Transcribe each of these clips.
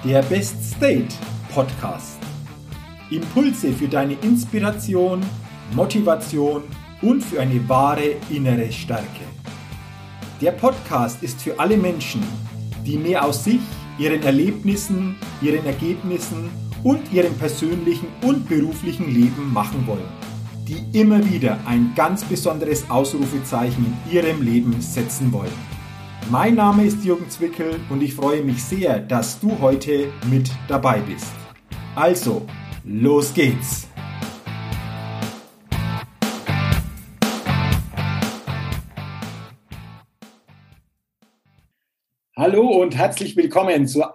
der Best State Podcast. Impulse für deine Inspiration, Motivation und für eine wahre innere Stärke. Der Podcast ist für alle Menschen, die mehr aus sich, ihren Erlebnissen, ihren Ergebnissen und ihrem persönlichen und beruflichen Leben machen wollen, die immer wieder ein ganz besonderes Ausrufezeichen in ihrem Leben setzen wollen. Mein Name ist Jürgen Zwickel und ich freue mich sehr, dass du heute mit dabei bist. Also, los geht's! Hallo und herzlich willkommen zur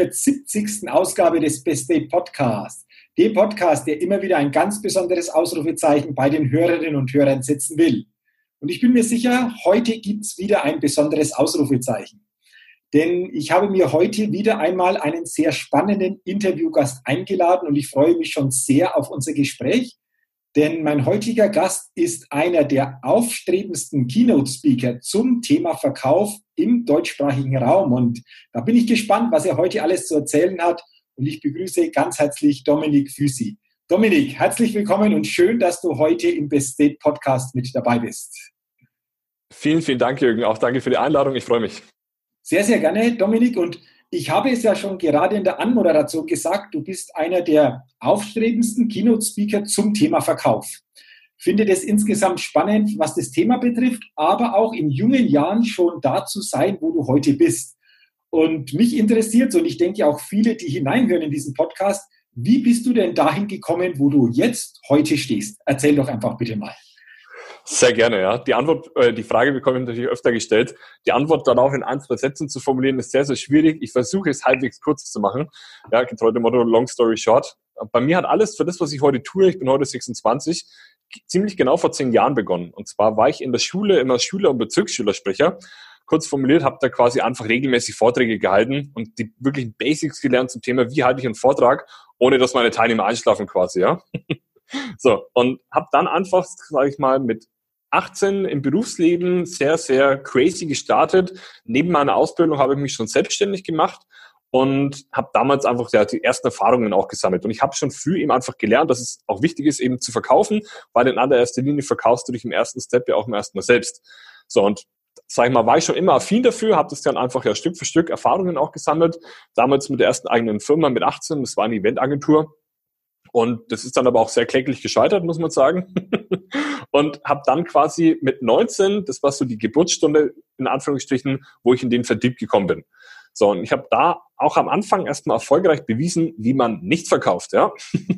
170. Ausgabe des Best State Podcasts. Dem Podcast, der immer wieder ein ganz besonderes Ausrufezeichen bei den Hörerinnen und Hörern setzen will. Und ich bin mir sicher, heute gibt es wieder ein besonderes Ausrufezeichen. Denn ich habe mir heute wieder einmal einen sehr spannenden Interviewgast eingeladen und ich freue mich schon sehr auf unser Gespräch. Denn mein heutiger Gast ist einer der aufstrebendsten Keynote-Speaker zum Thema Verkauf im deutschsprachigen Raum. Und da bin ich gespannt, was er heute alles zu erzählen hat. Und ich begrüße ganz herzlich Dominik Füsi. Dominik, herzlich willkommen und schön, dass du heute im Best State Podcast mit dabei bist. Vielen, vielen Dank, Jürgen. Auch danke für die Einladung. Ich freue mich. Sehr, sehr gerne, Dominik. Und ich habe es ja schon gerade in der Anmoderation gesagt, du bist einer der aufstrebendsten Keynote-Speaker zum Thema Verkauf. Ich finde das insgesamt spannend, was das Thema betrifft, aber auch in jungen Jahren schon da zu sein, wo du heute bist. Und mich interessiert, und ich denke auch viele, die hineinhören in diesen Podcast, wie bist du denn dahin gekommen, wo du jetzt heute stehst? Erzähl doch einfach bitte mal. Sehr gerne, ja. Die Frage bekomme ich natürlich öfter gestellt. Die Antwort darauf in 1, 2 Sätzen zu formulieren, ist sehr, sehr schwierig. Ich versuche es halbwegs kurz zu machen. Ja, getreu dem Motto Long Story Short. Bei mir hat alles für das, was ich heute tue, ich bin heute 26, ziemlich genau vor 10 Jahren begonnen. Und zwar war ich in der Schule immer Schüler- und Bezirksschülersprecher. Kurz formuliert, habe da quasi einfach regelmäßig Vorträge gehalten und die wirklichen Basics gelernt zum Thema, wie halte ich einen Vortrag, ohne dass meine Teilnehmer einschlafen quasi, ja. So, und habe dann einfach, sage ich mal, mit 18 im Berufsleben sehr, sehr crazy gestartet. Neben meiner Ausbildung habe ich mich schon selbstständig gemacht und habe damals einfach die ersten Erfahrungen auch gesammelt. Und ich habe schon früh eben einfach gelernt, dass es auch wichtig ist, eben zu verkaufen, weil in allererster Linie verkaufst du dich im ersten Step ja auch im ersten Mal selbst. So, und sag ich mal, war ich schon immer affin dafür, habe das dann einfach ja Stück für Stück Erfahrungen auch gesammelt. Damals mit der ersten eigenen Firma mit 18, das war eine Eventagentur. Und das ist dann aber auch sehr kläglich gescheitert, muss man sagen. Und habe dann quasi mit 19, das war so die Geburtsstunde in Anführungsstrichen, wo ich in den Vertrieb gekommen bin. So, und ich habe da auch am Anfang erstmal erfolgreich bewiesen, wie man nicht verkauft. Ja.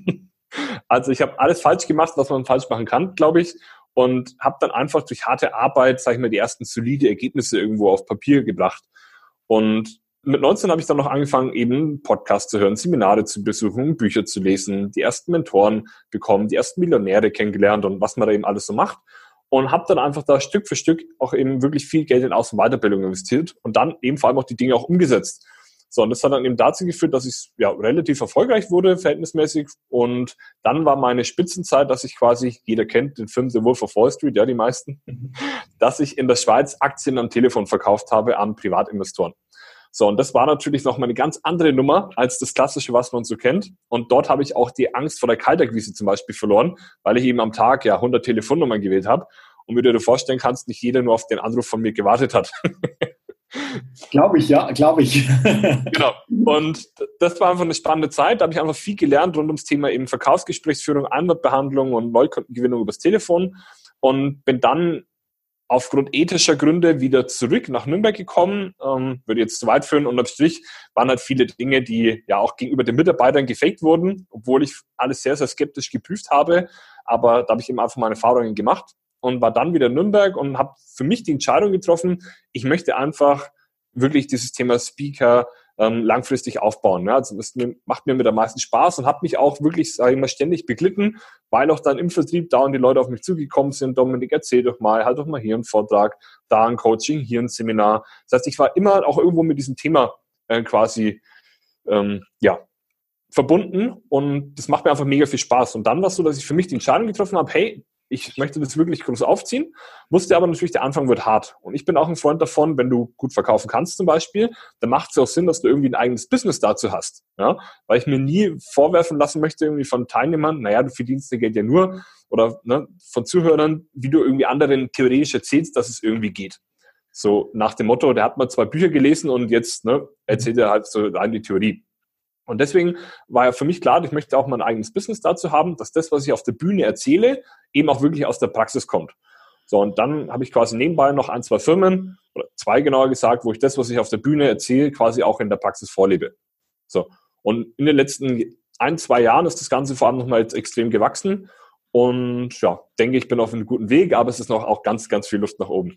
Also ich habe alles falsch gemacht, was man falsch machen kann, glaube ich. Und habe dann einfach durch harte Arbeit, sage ich mal, die ersten solide Ergebnisse irgendwo auf Papier gebracht. Und mit 19 habe ich dann noch angefangen, eben Podcasts zu hören, Seminare zu besuchen, Bücher zu lesen, die ersten Mentoren bekommen, die ersten Millionäre kennengelernt und was man da eben alles so macht. Und habe dann einfach da Stück für Stück auch eben wirklich viel Geld in Aus- und Weiterbildung investiert und dann eben vor allem auch die Dinge auch umgesetzt. So, und das hat dann eben dazu geführt, dass ich ja relativ erfolgreich wurde, verhältnismäßig. Und dann war meine Spitzenzeit, dass ich quasi, jeder kennt den Film The Wolf of Wall Street, ja, die meisten, dass ich in der Schweiz Aktien am Telefon verkauft habe an Privatinvestoren. So, und das war natürlich noch mal eine ganz andere Nummer als das Klassische, was man so kennt. Und dort habe ich auch die Angst vor der Kaltakquise zum Beispiel verloren, weil ich eben am Tag ja 100 Telefonnummern gewählt habe. Und wie du dir vorstellen kannst, nicht jeder nur auf den Anruf von mir gewartet hat. Glaube ich, ja, glaube ich. Genau. Und das war einfach eine spannende Zeit. Da habe ich einfach viel gelernt rund ums Thema eben Verkaufsgesprächsführung, Einwandbehandlung und Neukundengewinnung übers Telefon. Und bin dann aufgrund ethischer Gründe wieder zurück nach Nürnberg gekommen, würde jetzt zu weit führen. Unterm Strich waren halt viele Dinge, die ja auch gegenüber den Mitarbeitern gefaked wurden, obwohl ich alles sehr, sehr skeptisch geprüft habe. Aber da habe ich eben einfach meine Erfahrungen gemacht und war dann wieder in Nürnberg und habe für mich die Entscheidung getroffen, ich möchte einfach wirklich dieses Thema Speaker langfristig aufbauen. Ja. Also das macht mir mit am meisten Spaß und hat mich auch wirklich, sage ich mal, ständig beglitten, weil auch dann im Vertrieb dauernd die Leute auf mich zugekommen sind. Dominik, erzähl doch mal, halt doch mal hier einen Vortrag, da ein Coaching, hier ein Seminar. Das heißt, ich war immer auch irgendwo mit diesem Thema verbunden und das macht mir einfach mega viel Spaß. Und dann war es so, dass ich für mich die Entscheidung getroffen habe, hey, ich möchte das wirklich groß aufziehen, wusste aber natürlich, der Anfang wird hart. Und ich bin auch ein Freund davon, wenn du gut verkaufen kannst zum Beispiel, dann macht es ja auch Sinn, dass du irgendwie ein eigenes Business dazu hast. Ja? Weil ich mir nie vorwerfen lassen möchte irgendwie von Teilnehmern, naja, du verdienst dein Geld ja nur, oder ne, von Zuhörern, wie du irgendwie anderen theoretisch erzählst, dass es irgendwie geht. So nach dem Motto, der hat mal 2 Bücher gelesen und jetzt erzählt er halt so rein die Theorie. Und deswegen war ja für mich klar, ich möchte auch mein eigenes Business dazu haben, dass das, was ich auf der Bühne erzähle, eben auch wirklich aus der Praxis kommt. So, und dann habe ich quasi nebenbei noch 1, 2 Firmen, oder 2 genauer gesagt, wo ich das, was ich auf der Bühne erzähle, quasi auch in der Praxis vorlebe. So. Und in den letzten 1, 2 Jahren ist das Ganze vor allem nochmal jetzt extrem gewachsen. Und ja, denke ich, bin auf einem guten Weg, aber es ist noch auch ganz, ganz viel Luft nach oben.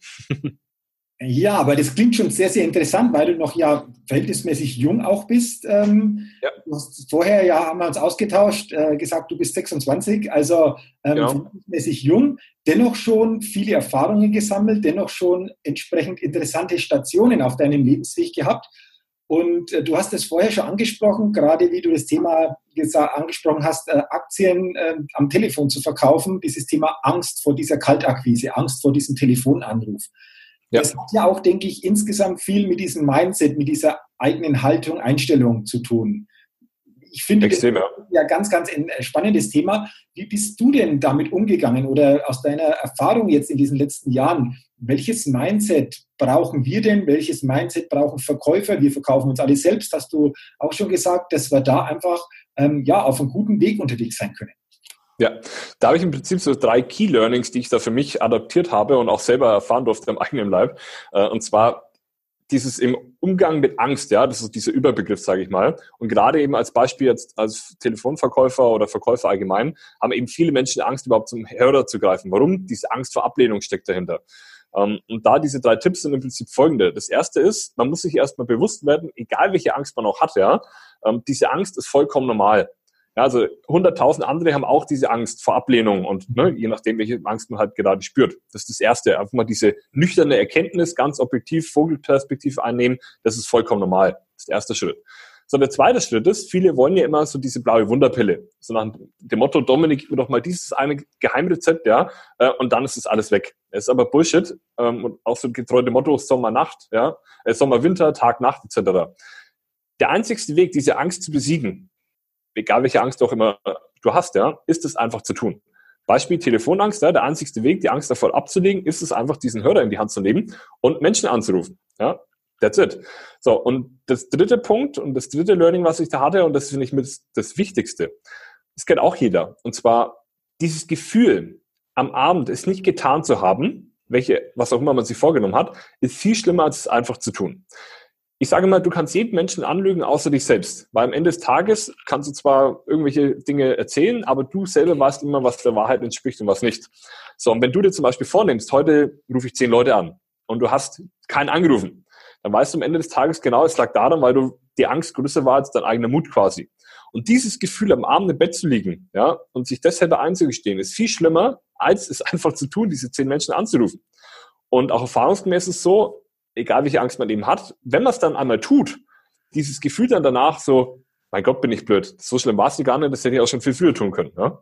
Ja, aber das klingt schon sehr, sehr interessant, weil du noch ja verhältnismäßig jung auch bist. Ja. Du hast vorher, ja, haben wir uns ausgetauscht, gesagt, du bist 26, also Genau. verhältnismäßig jung, dennoch schon viele Erfahrungen gesammelt, dennoch schon entsprechend interessante Stationen auf deinem Lebensweg gehabt. Und du hast es vorher schon angesprochen, gerade wie du das Thema angesprochen hast, Aktien am Telefon zu verkaufen, dieses Thema Angst vor dieser Kaltakquise, Angst vor diesem Telefonanruf. Ja. Das hat ja auch, denke ich, insgesamt viel mit diesem Mindset, mit dieser eigenen Haltung, Einstellung zu tun. Ich finde das ja ganz, ganz ein spannendes Thema. Wie bist du denn damit umgegangen oder aus deiner Erfahrung jetzt in diesen letzten Jahren? Welches Mindset brauchen wir denn? Welches Mindset brauchen Verkäufer? Wir verkaufen uns alle selbst, hast du auch schon gesagt, dass wir da einfach auf einem guten Weg unterwegs sein können. Ja, da habe ich im Prinzip so 3 Key Learnings, die ich da für mich adaptiert habe und auch selber erfahren durfte am eigenen Leib. Und zwar dieses im Umgang mit Angst, ja, das ist dieser Überbegriff, sage ich mal. Und gerade eben als Beispiel jetzt als Telefonverkäufer oder Verkäufer allgemein, haben eben viele Menschen Angst, überhaupt zum Hörer zu greifen. Warum? Diese Angst vor Ablehnung steckt dahinter. Und da diese 3 Tipps sind im Prinzip folgende. Das erste ist, man muss sich erstmal bewusst werden, egal welche Angst man auch hat, ja, diese Angst ist vollkommen normal. Ja, also 100.000 andere haben auch diese Angst vor Ablehnung und je nachdem, welche Angst man halt gerade spürt. Das ist das Erste. Einfach mal diese nüchterne Erkenntnis, ganz objektiv, Vogelperspektive einnehmen, das ist vollkommen normal. Das ist der erste Schritt. So, der zweite Schritt ist, viele wollen ja immer so diese blaue Wunderpille. So nach dem Motto, Dominik, gib mir doch mal dieses eine Geheimrezept, ja, und dann ist das alles weg. Das ist aber Bullshit. Und auch so getreu dem Motto Sommer, Nacht, ja, Sommer, Winter, Tag, Nacht, etc. Der einzigste Weg, diese Angst zu besiegen, egal welche Angst auch immer du hast, ja, ist es einfach zu tun. Beispiel Telefonangst, ja, der einzigste Weg, die Angst davor abzulegen, ist es einfach, diesen Hörer in die Hand zu nehmen und Menschen anzurufen. Ja, that's it. So, und das dritte Punkt und das dritte Learning, was ich da hatte, und das finde ich mit das Wichtigste, das kennt auch jeder, und zwar dieses Gefühl, am Abend es nicht getan zu haben, was auch immer man sich vorgenommen hat, ist viel schlimmer, als es einfach zu tun. Ich sage mal, du kannst jeden Menschen anlügen, außer dich selbst. Weil am Ende des Tages kannst du zwar irgendwelche Dinge erzählen, aber du selber weißt immer, was der Wahrheit entspricht und was nicht. So, und wenn du dir zum Beispiel vornimmst, heute rufe ich 10 Leute an und du hast keinen angerufen, dann weißt du am Ende des Tages genau, es lag daran, weil du die Angst größer war als dein eigener Mut quasi. Und dieses Gefühl, am Abend im Bett zu liegen, ja, und sich das selber einzugestehen, ist viel schlimmer, als es einfach zu tun, diese 10 Menschen anzurufen. Und auch erfahrungsgemäß ist es so, egal welche Angst man eben hat, wenn man es dann einmal tut, dieses Gefühl dann danach so, mein Gott, bin ich blöd. So schlimm war es gar nicht, das hätte ich auch schon viel früher tun können. Ne?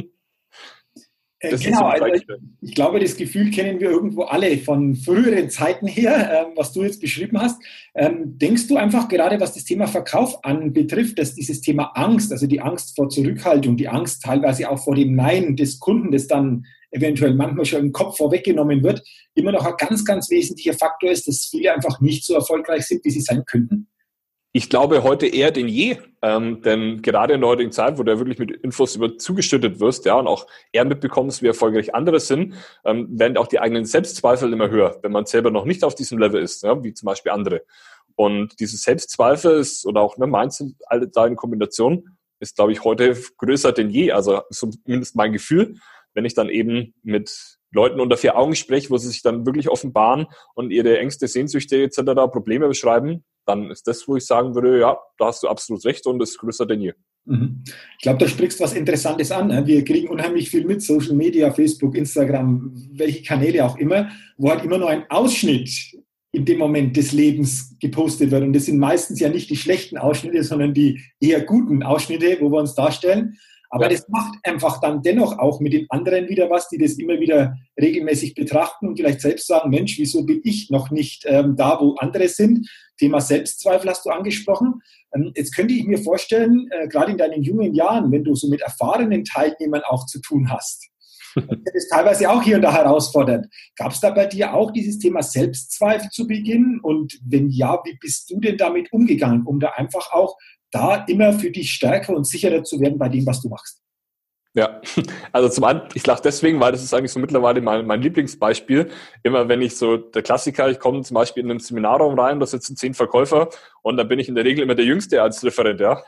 Genau, also ich glaube, das Gefühl kennen wir irgendwo alle von früheren Zeiten her, was du jetzt beschrieben hast. Denkst du einfach gerade, was das Thema Verkauf anbetrifft, dass dieses Thema Angst, also die Angst vor Zurückhaltung, die Angst teilweise auch vor dem Nein des Kunden, das dann eventuell manchmal schon im Kopf vorweggenommen wird, immer noch ein ganz, ganz wesentlicher Faktor ist, dass viele einfach nicht so erfolgreich sind, wie sie sein könnten? Ich glaube heute eher denn je, denn gerade in der heutigen Zeit, wo du ja wirklich mit Infos zugeschüttet wirst, ja, und auch eher mitbekommst, wie erfolgreich andere sind, werden auch die eigenen Selbstzweifel immer höher, wenn man selber noch nicht auf diesem Level ist, ja, wie zum Beispiel andere. Und diese Selbstzweifel ist, oder auch Mindset, alle da in Kombination, ist, glaube ich, heute größer denn je. Also zumindest mein Gefühl, wenn ich dann eben mit Leuten unter 4 Augen spreche, wo sie sich dann wirklich offenbaren und ihre Ängste, Sehnsüchte etc. Probleme beschreiben, dann ist das, wo ich sagen würde, ja, da hast du absolut recht und ist größer denn je. Ich glaube, da sprichst du was Interessantes an. Wir kriegen unheimlich viel mit, Social Media, Facebook, Instagram, welche Kanäle auch immer, wo halt immer nur ein Ausschnitt in dem Moment des Lebens gepostet wird. Und das sind meistens ja nicht die schlechten Ausschnitte, sondern die eher guten Ausschnitte, wo wir uns darstellen. Aber das macht einfach dann dennoch auch mit den anderen wieder was, die das immer wieder regelmäßig betrachten und vielleicht selbst sagen, Mensch, wieso bin ich noch nicht da, wo andere sind? Thema Selbstzweifel hast du angesprochen. Jetzt könnte ich mir vorstellen, gerade in deinen jungen Jahren, wenn du so mit erfahrenen Teilnehmern auch zu tun hast, das ist teilweise auch hier und da herausfordernd. Gab es da bei dir auch dieses Thema Selbstzweifel zu Beginn? Und wenn ja, wie bist du denn damit umgegangen, um da einfach auch da immer für dich stärker und sicherer zu werden bei dem, was du machst? Ja, also zum einen, ich lache deswegen, weil das ist eigentlich so mittlerweile mein Lieblingsbeispiel. Immer wenn ich so, der Klassiker, ich komme zum Beispiel in einen Seminarraum rein, da sitzen 10 Verkäufer und da bin ich in der Regel immer der Jüngste als Referent, ja.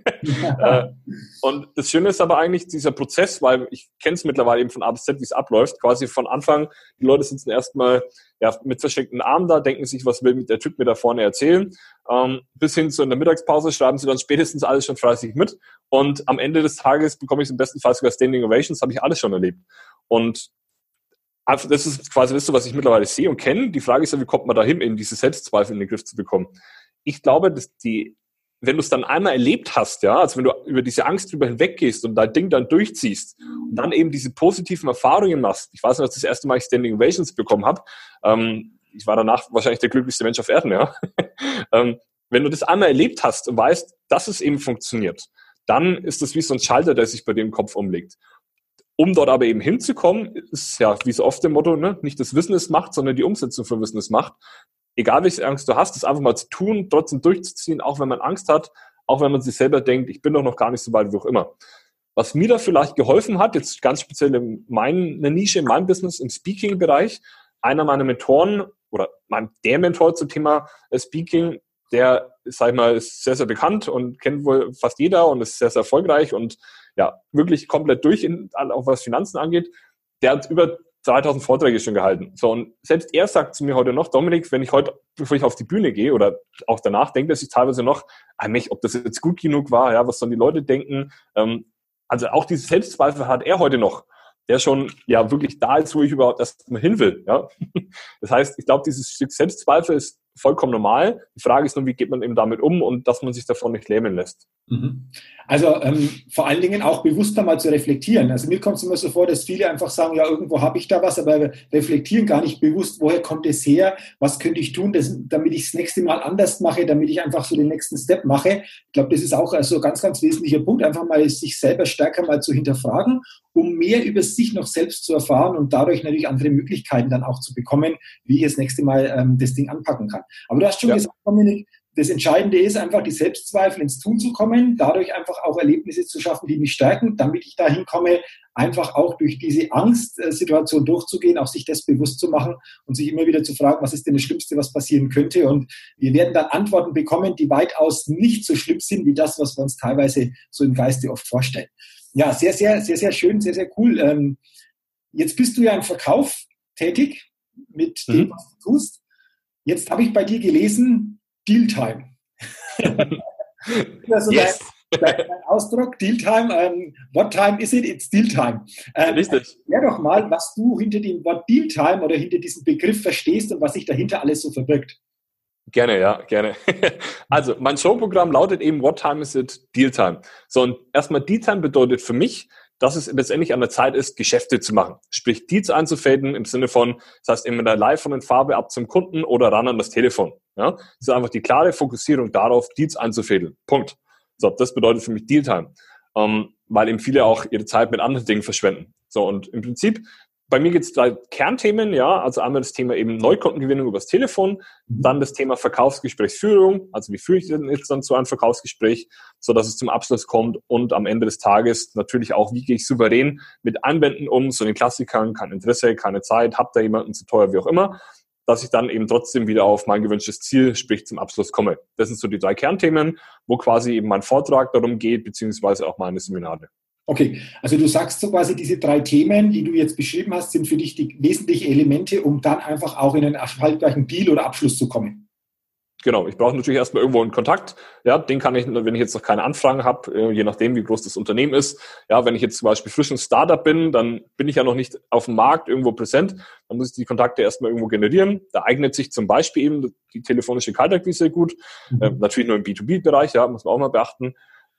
Und das Schöne ist aber eigentlich dieser Prozess, weil ich kenne es mittlerweile eben von A bis Z, wie es abläuft, quasi von Anfang, die Leute sitzen erstmal mit verschränkten Armen da, denken sich, was will der Typ mir da vorne erzählen, bis hin zu in der Mittagspause schreiben sie dann spätestens alles schon fleißig mit und am Ende des Tages bekomme ich im besten Fall sogar Standing Ovations, habe ich alles schon erlebt. Und das ist quasi das, was ich mittlerweile sehe und kenne. Die Frage ist ja, wie kommt man da hin, eben diese Selbstzweifel in den Griff zu bekommen? Ich glaube, dass wenn du es dann einmal erlebt hast, ja, also wenn du über diese Angst drüber hinweggehst und dein Ding dann durchziehst und dann eben diese positiven Erfahrungen machst. Ich weiß noch, dass das erste Mal ich Standing Ovations bekommen habe. Ich war danach wahrscheinlich der glücklichste Mensch auf Erden, ja. Wenn du das einmal erlebt hast und weißt, dass es eben funktioniert, dann ist das wie so ein Schalter, der sich bei dir im Kopf umlegt. Um dort aber eben hinzukommen, ist ja wie so oft der Motto, ne, nicht das Wissen es macht, sondern die Umsetzung von Wissen es macht. Egal welche Angst du hast, das einfach mal zu tun, trotzdem durchzuziehen, auch wenn man Angst hat, auch wenn man sich selber denkt, ich bin doch noch gar nicht so weit wie auch immer. Was mir da vielleicht geholfen hat, jetzt ganz speziell in meiner Nische, in meinem Business, im Speaking-Bereich, einer meiner Mentoren oder der Mentor zum Thema Speaking, der, sag ich mal, ist sehr, sehr bekannt und kennt wohl fast jeder und ist sehr, sehr erfolgreich und ja, wirklich komplett durch, auch was Finanzen angeht. Der hat über 3000 Vorträge schon gehalten. So, und selbst er sagt zu mir heute noch, Dominik, wenn ich heute, bevor ich auf die Bühne gehe oder auch danach, denke ich teilweise noch, ob das jetzt gut genug war, ja, was sollen die Leute denken? Also auch diese Selbstzweifel hat er heute noch, der schon ja wirklich da ist, wo ich überhaupt erst mal hin will. Ja? Das heißt, ich glaube, dieses Stück Selbstzweifel ist vollkommen normal. Die Frage ist nur, wie geht man eben damit um und dass man sich davon nicht lähmen lässt. Also vor allen Dingen auch bewusster mal zu reflektieren. Also mir kommt es immer so vor, dass viele einfach sagen, ja, irgendwo habe ich da was, aber reflektieren gar nicht bewusst, woher kommt es her, was könnte ich tun, damit ich das nächste Mal anders mache, damit ich einfach so den nächsten Step mache. Ich glaube, das ist auch also ganz, ganz wesentlicher Punkt, einfach mal sich selber stärker mal zu hinterfragen, um mehr über sich noch selbst zu erfahren und dadurch natürlich andere Möglichkeiten dann auch zu bekommen, wie ich das nächste Mal das Ding anpacken kann. Aber du hast schon gesagt, Dominik, das Entscheidende ist einfach, die Selbstzweifel ins Tun zu kommen, dadurch einfach auch Erlebnisse zu schaffen, die mich stärken, damit ich dahin komme, einfach auch durch diese Angstsituation durchzugehen, auch sich das bewusst zu machen und sich immer wieder zu fragen, was ist denn das Schlimmste, was passieren könnte? Und wir werden dann Antworten bekommen, die weitaus nicht so schlimm sind, wie das, was wir uns teilweise so im Geiste oft vorstellen. Ja, sehr, sehr, sehr, sehr schön, sehr, sehr cool. Jetzt bist du ja im Verkauf tätig mit dem, was du tust. Jetzt habe ich bei dir gelesen, Deal-Time. Also yes. Dein Ausdruck, Deal-Time. What time is it? It's Deal-Time. Richtig. Erklär doch mal, was du hinter dem Wort Deal-Time oder hinter diesem Begriff verstehst und was sich dahinter alles so verbirgt. Gerne, ja, gerne. Also, mein Showprogramm lautet eben, What time is it? Deal-Time. So, und erstmal Deal-Time bedeutet für mich, dass es letztendlich an der Zeit ist, Geschäfte zu machen. Sprich, Deals einzufaden im Sinne von, das heißt, entweder live von den Farbe ab zum Kunden oder ran an das Telefon. Ja? Das ist einfach die klare Fokussierung darauf, Deals einzufädeln. Punkt. So, das bedeutet für mich Deal-Time. Weil eben viele auch ihre Zeit mit anderen Dingen verschwenden. So, und im Prinzip, bei mir gibt es 3 Kernthemen, ja, also einmal das Thema eben Neukundengewinnung übers Telefon, dann das Thema Verkaufsgesprächsführung, also wie führe ich denn jetzt dann so ein Verkaufsgespräch, so dass es zum Abschluss kommt und am Ende des Tages natürlich auch, wie gehe ich souverän mit Einwänden um, so den Klassikern, kein Interesse, keine Zeit, habt da jemanden zu teuer, wie auch immer, dass ich dann eben trotzdem wieder auf mein gewünschtes Ziel, sprich zum Abschluss komme. Das sind so die 3 Kernthemen, wo quasi eben mein Vortrag darum geht, beziehungsweise auch meine Seminare. Okay, also du sagst so quasi, diese 3 Themen, die du jetzt beschrieben hast, sind für dich die wesentlichen Elemente, um dann einfach auch in einen erfolgreichen Deal oder Abschluss zu kommen. Genau, ich brauche natürlich erstmal irgendwo einen Kontakt. Ja, den kann ich, wenn ich jetzt noch keine Anfragen habe, je nachdem, wie groß das Unternehmen ist. Ja, wenn ich jetzt zum Beispiel frisch ein Startup bin, dann bin ich ja noch nicht auf dem Markt irgendwo präsent. Dann muss ich die Kontakte erstmal irgendwo generieren. Da eignet sich zum Beispiel eben die telefonische Kaltakquise gut. Natürlich nur im B2B-Bereich, ja, muss man auch mal beachten.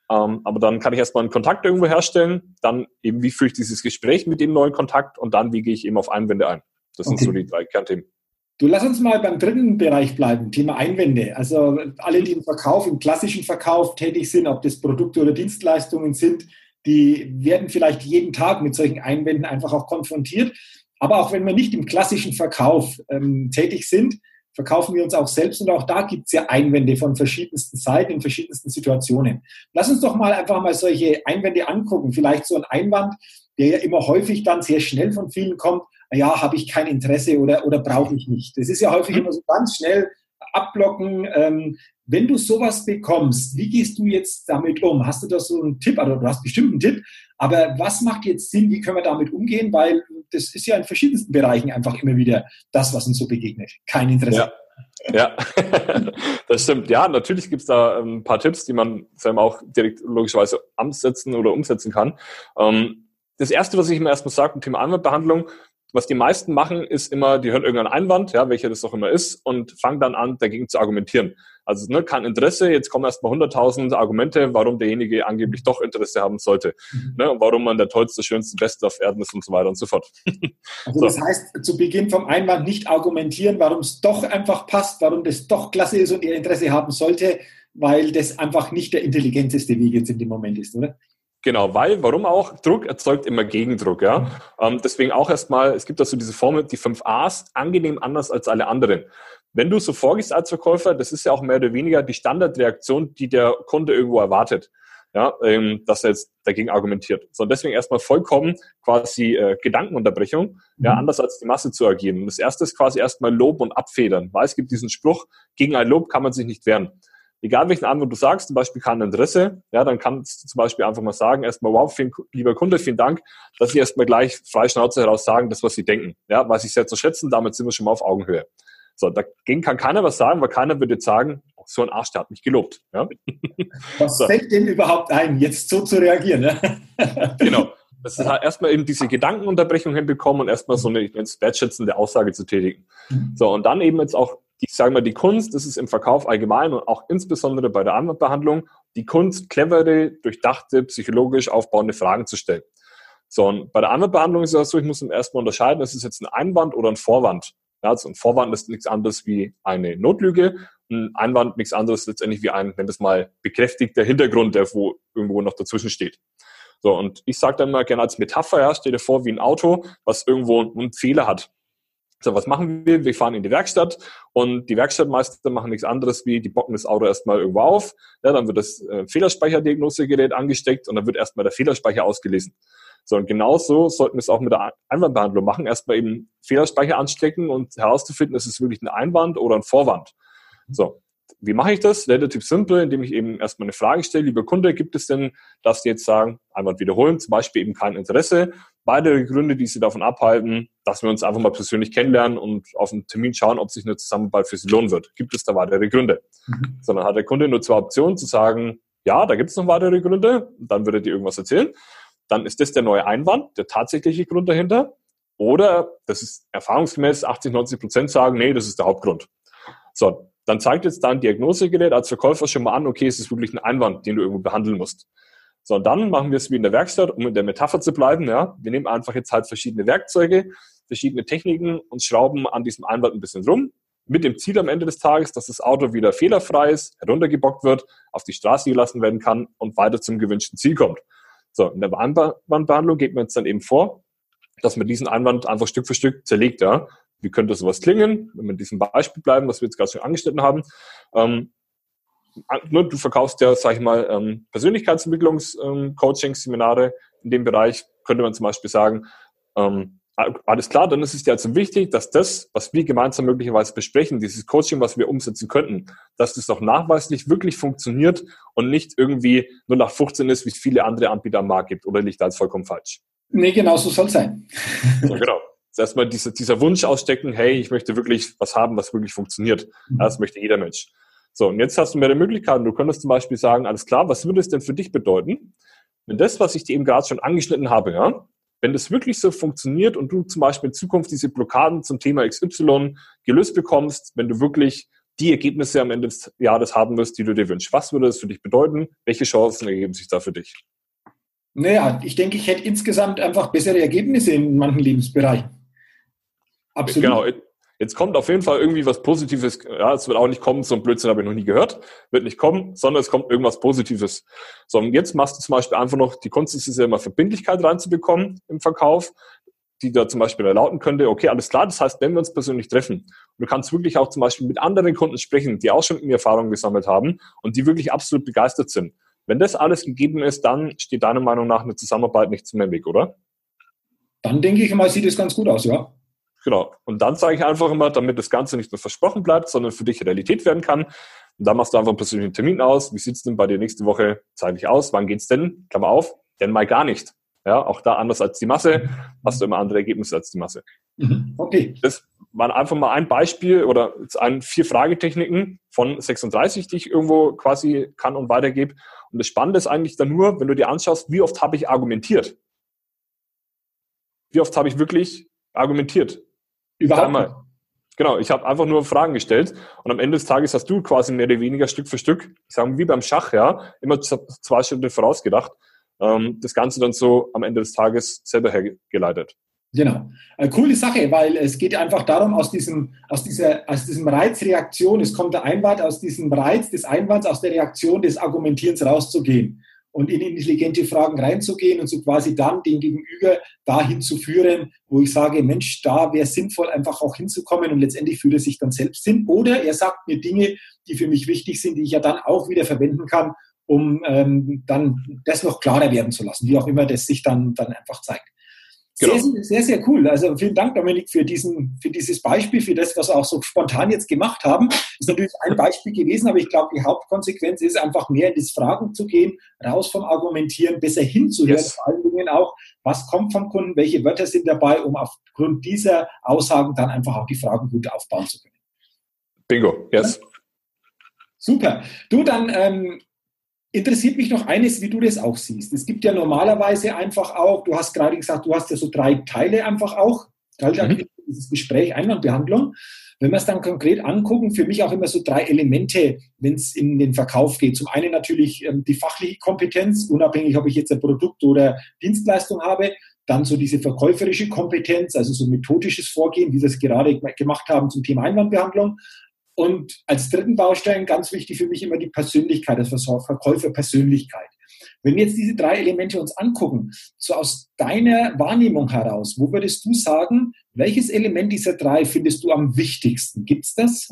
Aber dann kann ich erstmal einen Kontakt irgendwo herstellen, dann eben, wie führe ich dieses Gespräch mit dem neuen Kontakt und dann, wie gehe ich eben auf Einwände ein. Das sind so die 3 Kernthemen. Du, lass uns mal beim dritten Bereich bleiben, Thema Einwände. Also alle, die im Verkauf, im klassischen Verkauf tätig sind, ob das Produkte oder Dienstleistungen sind, die werden vielleicht jeden Tag mit solchen Einwänden einfach auch konfrontiert. Aber auch wenn wir nicht im klassischen Verkauf tätig sind, verkaufen wir uns auch selbst und auch da gibt es ja Einwände von verschiedensten Seiten in verschiedensten Situationen. Lass uns doch mal einfach mal solche Einwände angucken. Vielleicht so ein Einwand, der ja immer häufig dann sehr schnell von vielen kommt, ja, habe ich kein Interesse oder brauche ich nicht. Das ist ja häufig immer so ganz schnell abblocken. Wenn du sowas bekommst, wie gehst du jetzt damit um? Hast du da so einen Tipp? Also du hast bestimmt einen Tipp, aber was macht jetzt Sinn? Wie können wir damit umgehen? Weil das ist ja in verschiedensten Bereichen einfach immer wieder das, was uns so begegnet. Kein Interesse. Ja, das stimmt. Ja, natürlich gibt es da ein paar Tipps, die man selber auch direkt logischerweise umsetzen oder umsetzen kann. Das Erste, was ich immer erstmal sage, zum Thema Einwandbehandlung, was die meisten machen, ist immer, die hören irgendeinen Einwand, ja, welcher das auch immer ist, und fangen dann an, dagegen zu argumentieren. Also kein Interesse, jetzt kommen erstmal 100.000 Argumente, warum derjenige angeblich doch Interesse haben sollte. Und warum man der tollste, schönste, beste auf Erden ist und so weiter und so fort. Also das heißt, zu Beginn vom Einwand nicht argumentieren, warum es doch einfach passt, warum das doch klasse ist und ihr Interesse haben sollte, weil das einfach nicht der intelligenteste Weg jetzt in dem Moment ist, oder? Genau, warum auch? Druck erzeugt immer Gegendruck, ja. Deswegen auch erstmal, es gibt also diese Formel, die 5 A's, angenehm anders als alle anderen. Wenn du so vorgehst als Verkäufer, das ist ja auch mehr oder weniger die Standardreaktion, die der Kunde irgendwo erwartet, ja, dass er jetzt dagegen argumentiert. So, und deswegen erstmal vollkommen quasi Gedankenunterbrechung, ja, anders als die Masse zu agieren. Und das erste ist quasi erstmal Lob und Abfedern, weil es gibt diesen Spruch, gegen ein Lob kann man sich nicht wehren. Egal welchen Antwort du sagst, zum Beispiel kein Interesse, ja, dann kannst du zum Beispiel einfach mal sagen, erstmal, wow, lieber Kunde, vielen Dank, dass Sie erstmal gleich frei Schnauze heraus sagen, das, was Sie denken, ja, was Sie sehr zu schätzen, damit sind wir schon mal auf Augenhöhe. So, dagegen kann keiner was sagen, weil keiner würde jetzt sagen, oh, so ein Arsch, der hat mich gelobt, ja. Was fällt dem überhaupt ein, jetzt so zu reagieren, ne? Genau. Das ist halt erstmal eben diese Gedankenunterbrechung hinbekommen und erstmal so eine, ich nenne es, wertschätzende Aussage zu tätigen. So, und dann eben jetzt auch, die Kunst, das ist im Verkauf allgemein und auch insbesondere bei der Einwandbehandlung, die Kunst, clevere, durchdachte, psychologisch aufbauende Fragen zu stellen. So, und bei der Einwandbehandlung ist es auch so, ich muss erstmal unterscheiden, ist es jetzt ein Einwand oder ein Vorwand. Ja, also ein Vorwand ist nichts anderes wie eine Notlüge, ein Einwand nichts anderes letztendlich wie ein, wenn das mal bekräftigter Hintergrund, der wo irgendwo noch dazwischen steht. So, und ich sage dann mal gerne als Metapher, ja, stell dir vor, wie ein Auto, was irgendwo einen Fehler hat. So, was machen wir? Wir fahren in die Werkstatt und die Werkstattmeister machen nichts anderes wie, die bocken das Auto erstmal irgendwo auf, ja, dann wird das Fehlerspeicherdiagnosegerät angesteckt und dann wird erstmal der Fehlerspeicher ausgelesen. So, und genauso sollten wir es auch mit der Einwandbehandlung machen, erstmal eben Fehlerspeicher anstecken und herauszufinden, ist es wirklich ein Einwand oder ein Vorwand. So, wie mache ich das? Relativ simpel, indem ich eben erstmal eine Frage stelle, lieber Kunde, gibt es denn, dass Sie jetzt sagen, Einwand wiederholen, zum Beispiel eben kein Interesse, weitere Gründe, die Sie davon abhalten, dass wir uns einfach mal persönlich kennenlernen und auf einen Termin schauen, ob sich eine Zusammenarbeit für Sie lohnen wird. Gibt es da weitere Gründe? Sondern hat der Kunde nur 2 Optionen, zu sagen, ja, da gibt es noch weitere Gründe, dann würde er dir irgendwas erzählen. Dann ist das der neue Einwand, der tatsächliche Grund dahinter. Oder, das ist erfahrungsgemäß, 80-90% sagen, nee, das ist der Hauptgrund. So, dann zeigt jetzt dein Diagnosegerät als Verkäufer schon mal an, okay, es ist wirklich ein Einwand, den du irgendwo behandeln musst. So, und dann machen wir es wie in der Werkstatt, um in der Metapher zu bleiben. Ja, wir nehmen einfach jetzt halt verschiedene Werkzeuge, verschiedene Techniken und schrauben an diesem Einwand ein bisschen rum. Mit dem Ziel am Ende des Tages, dass das Auto wieder fehlerfrei ist, heruntergebockt wird, auf die Straße gelassen werden kann und weiter zum gewünschten Ziel kommt. So, in der Einwandbehandlung geht man jetzt dann eben vor, dass man diesen Einwand einfach Stück für Stück zerlegt. Ja. Wie könnte sowas klingen, wenn wir in diesem Beispiel bleiben, was wir jetzt gerade schon angeschnitten haben? Du verkaufst ja, sag ich mal, Persönlichkeitsentwicklungs-Coachings, Seminare in dem Bereich. Könnte man zum Beispiel sagen, alles klar, dann ist es dir also wichtig, dass das, was wir gemeinsam möglicherweise besprechen, dieses Coaching, was wir umsetzen könnten, dass das auch nachweislich wirklich funktioniert und nicht irgendwie nur nach 15 ist, wie es viele andere Anbieter am Markt gibt, oder liegt da als vollkommen falsch? Nee, genau so soll es sein. So, genau. Das ist erstmal dieser Wunsch ausstecken, hey, ich möchte wirklich was haben, was wirklich funktioniert. Das möchte jeder Mensch. So, und jetzt hast du mehrere Möglichkeiten. Du könntest zum Beispiel sagen, alles klar, was würde es denn für dich bedeuten, wenn das, was ich dir eben gerade schon angeschnitten habe, ja, wenn das wirklich so funktioniert und du zum Beispiel in Zukunft diese Blockaden zum Thema XY gelöst bekommst, wenn du wirklich die Ergebnisse am Ende des Jahres haben wirst, die du dir wünschst. Was würde das für dich bedeuten? Welche Chancen ergeben sich da für dich? Naja, ich denke, ich hätte insgesamt einfach bessere Ergebnisse in manchen Lebensbereichen. Absolut. Genau. Jetzt kommt auf jeden Fall irgendwie was Positives. Ja, es wird auch nicht kommen, so ein Blödsinn habe ich noch nie gehört. Wird nicht kommen, sondern es kommt irgendwas Positives. So, und jetzt machst du zum Beispiel einfach noch, die Kunst ist es ja immer, Verbindlichkeit reinzubekommen im Verkauf, die da zum Beispiel lauten könnte, okay, alles klar, das heißt, wenn wir uns persönlich treffen, und du kannst wirklich auch zum Beispiel mit anderen Kunden sprechen, die auch schon mit mir Erfahrungen gesammelt haben und die wirklich absolut begeistert sind. Wenn das alles gegeben ist, dann steht deiner Meinung nach eine Zusammenarbeit nichts mehr im Weg, oder? Dann denke ich mal, sieht es ganz gut aus, ja. Genau. Und dann sage ich einfach immer, damit das Ganze nicht nur versprochen bleibt, sondern für dich Realität werden kann. Und dann machst du einfach einen persönlichen Termin aus. Wie sieht es denn bei dir nächste Woche zeitlich aus? Wann geht's denn? Klammer auf, denn mal gar nicht. Ja, auch da anders als die Masse, hast du immer andere Ergebnisse als die Masse. Okay. Das waren einfach mal ein Beispiel oder 4 Fragetechniken von 36, die ich irgendwo quasi kann und weitergebe. Und das Spannende ist eigentlich dann nur, wenn du dir anschaust, wie oft habe ich argumentiert? Wie oft habe ich wirklich argumentiert? Überhaupt nicht. Genau, ich habe einfach nur Fragen gestellt und am Ende des Tages hast du quasi mehr oder weniger Stück für Stück, ich sage wie beim Schach, ja, immer 2 Schritte vorausgedacht, das Ganze dann so am Ende des Tages selber hergeleitet. Genau. Coole Sache, weil es geht einfach darum, aus diesem Reizreaktion, es kommt der Einwand, aus diesem Reiz des Einwands, aus der Reaktion des Argumentierens rauszugehen und in intelligente Fragen reinzugehen und so quasi dann den Gegenüber dahin zu führen, wo ich sage, Mensch, da wäre es sinnvoll, einfach auch hinzukommen und letztendlich führt er sich dann selbst hin. Oder er sagt mir Dinge, die für mich wichtig sind, die ich ja dann auch wieder verwenden kann, um dann das noch klarer werden zu lassen, wie auch immer das sich dann einfach zeigt. Sehr, Genau. sehr, sehr cool. Also vielen Dank, Dominik, für dieses Beispiel, für das, was wir auch so spontan jetzt gemacht haben. Ist natürlich ein Beispiel gewesen, aber ich glaube, die Hauptkonsequenz ist einfach mehr in das Fragen zu gehen, raus vom Argumentieren, besser hinzuhören, Yes. vor allen Dingen auch, was kommt vom Kunden, welche Wörter sind dabei, um aufgrund dieser Aussagen dann einfach auch die Fragen gut aufbauen zu können. Bingo, yes. Super. Du, dann interessiert mich noch eines, wie du das auch siehst. Es gibt ja normalerweise einfach auch, du hast gerade gesagt, du hast ja so 3 Teile einfach auch, dieses Gespräch, Einwandbehandlung. Wenn wir es dann konkret angucken, für mich auch immer so 3 Elemente, wenn es in den Verkauf geht. Zum einen natürlich die fachliche Kompetenz, unabhängig, ob ich jetzt ein Produkt oder Dienstleistung habe. Dann so diese verkäuferische Kompetenz, also so methodisches Vorgehen, wie wir es gerade gemacht haben zum Thema Einwandbehandlung. Und als dritten Baustein ganz wichtig für mich immer die Persönlichkeit, also Verkäuferpersönlichkeit. Wenn wir jetzt diese 3 Elemente uns angucken, so aus deiner Wahrnehmung heraus, wo würdest du sagen, welches Element dieser 3 findest du am wichtigsten? Gibt es das?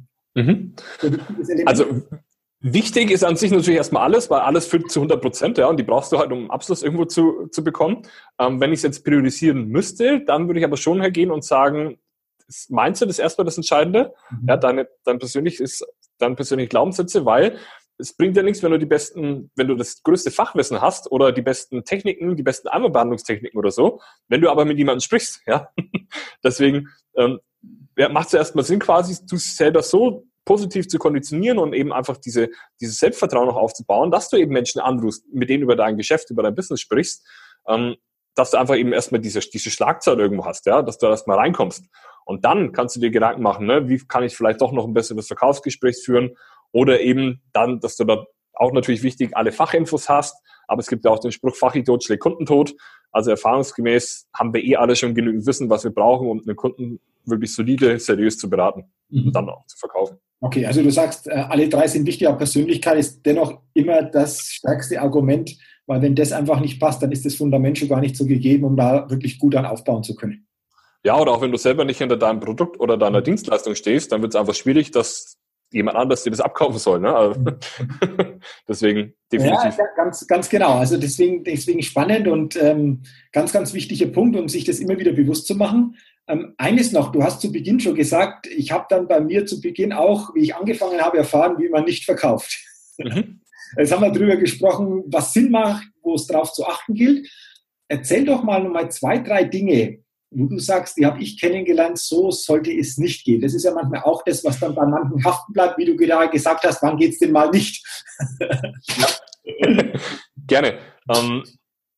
Also wichtig ist an sich natürlich erstmal alles, weil alles führt zu 100%, ja, und die brauchst du halt, um einen Abschluss irgendwo zu bekommen. Wenn ich es jetzt priorisieren müsste, dann würde ich aber schon hergehen und sagen, Mindset ist erstmal das Entscheidende, ja, deine persönliche Glaubenssätze, weil es bringt ja nichts, wenn du das größte Fachwissen hast oder die besten Techniken, die besten Einwandbehandlungstechniken oder so, wenn du aber mit jemandem sprichst, ja. Deswegen macht es erstmal Sinn, quasi du selber so positiv zu konditionieren und eben einfach dieses Selbstvertrauen noch aufzubauen, dass du eben Menschen anrufst, mit denen über dein Geschäft, über dein Business sprichst, dass du einfach eben erstmal diese Schlagzahl irgendwo hast, ja, dass du erstmal reinkommst. Und dann kannst du dir Gedanken machen, ne, wie kann ich vielleicht doch noch ein besseres Verkaufsgespräch führen oder eben dann, dass du da auch natürlich wichtig alle Fachinfos hast, aber es gibt ja auch den Spruch, Fachidiot schlägt Kundentod. Also erfahrungsgemäß haben wir alle schon genügend Wissen, was wir brauchen, um einen Kunden wirklich solide, seriös zu beraten und dann auch zu verkaufen. Okay, also du sagst, alle 3 sind wichtig, aber Persönlichkeit ist dennoch immer das stärkste Argument, weil wenn das einfach nicht passt, dann ist das Fundament schon gar nicht so gegeben, um da wirklich gut an aufbauen zu können. Ja, oder auch wenn du selber nicht hinter deinem Produkt oder deiner Dienstleistung stehst, dann wird es einfach schwierig, dass jemand anders dir das abkaufen soll. Ne? Also deswegen definitiv. Ja, ganz genau. Also deswegen spannend und ganz, ganz wichtiger Punkt, um sich das immer wieder bewusst zu machen. Eines noch, du hast zu Beginn schon gesagt, ich habe dann bei mir zu Beginn auch, wie ich angefangen habe, erfahren, wie man nicht verkauft. Jetzt haben wir darüber gesprochen, was Sinn macht, wo es drauf zu achten gilt. Erzähl doch mal nochmal 2, 3 Dinge, wo du sagst, die habe ich kennengelernt, so sollte es nicht gehen. Das ist ja manchmal auch das, was dann bei manchen haften bleibt, wie du gerade gesagt hast, wann geht es denn mal nicht? Ja. Gerne.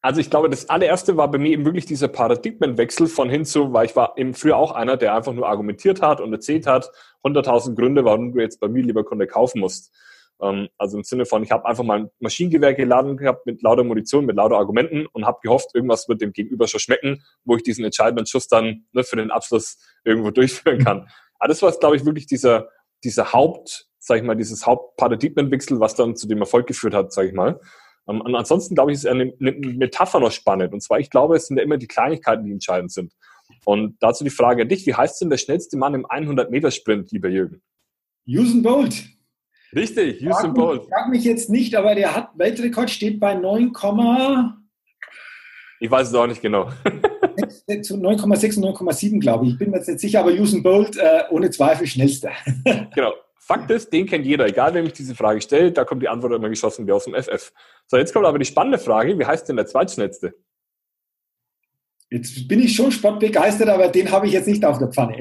Also ich glaube, das allererste war bei mir eben wirklich dieser Paradigmenwechsel von hin zu, weil ich war eben früher auch einer, der einfach nur argumentiert hat und erzählt hat, 100.000 Gründe, warum du jetzt bei mir lieber Kunde kaufen musst. Also im Sinne von, ich habe einfach mal ein Maschinengewehr geladen gehabt mit lauter Munition, mit lauter Argumenten und habe gehofft, irgendwas wird dem Gegenüber schon schmecken, wo ich diesen entscheidenden Schuss dann für den Abschluss irgendwo durchführen kann. Aber das war, glaube ich, wirklich dieser dieses Hauptparadigmenwechsel, was dann zu dem Erfolg geführt hat, sage ich mal. Und ansonsten, glaube ich, ist eine Metapher noch spannend. Und zwar, ich glaube, es sind ja immer die Kleinigkeiten, die entscheidend sind. Und dazu die Frage an dich, wie heißt denn der schnellste Mann im 100-Meter-Sprint, lieber Jürgen? Usain Bolt. Richtig, Usain Bolt. Frag mich jetzt nicht, aber der hat Weltrekord, steht bei 9, ich weiß es auch nicht genau. 9,6 und 9,7, glaube ich. Ich bin mir jetzt nicht sicher, aber Usain Bolt ohne Zweifel schnellster. Genau. Fakt ist, den kennt jeder, egal wem ich diese Frage stelle, da kommt die Antwort immer geschossen wie aus dem FF. So, jetzt kommt aber die spannende Frage, wie heißt denn der Zweitschnellste? Jetzt bin ich schon sportbegeistert, aber den habe ich jetzt nicht auf der Pfanne.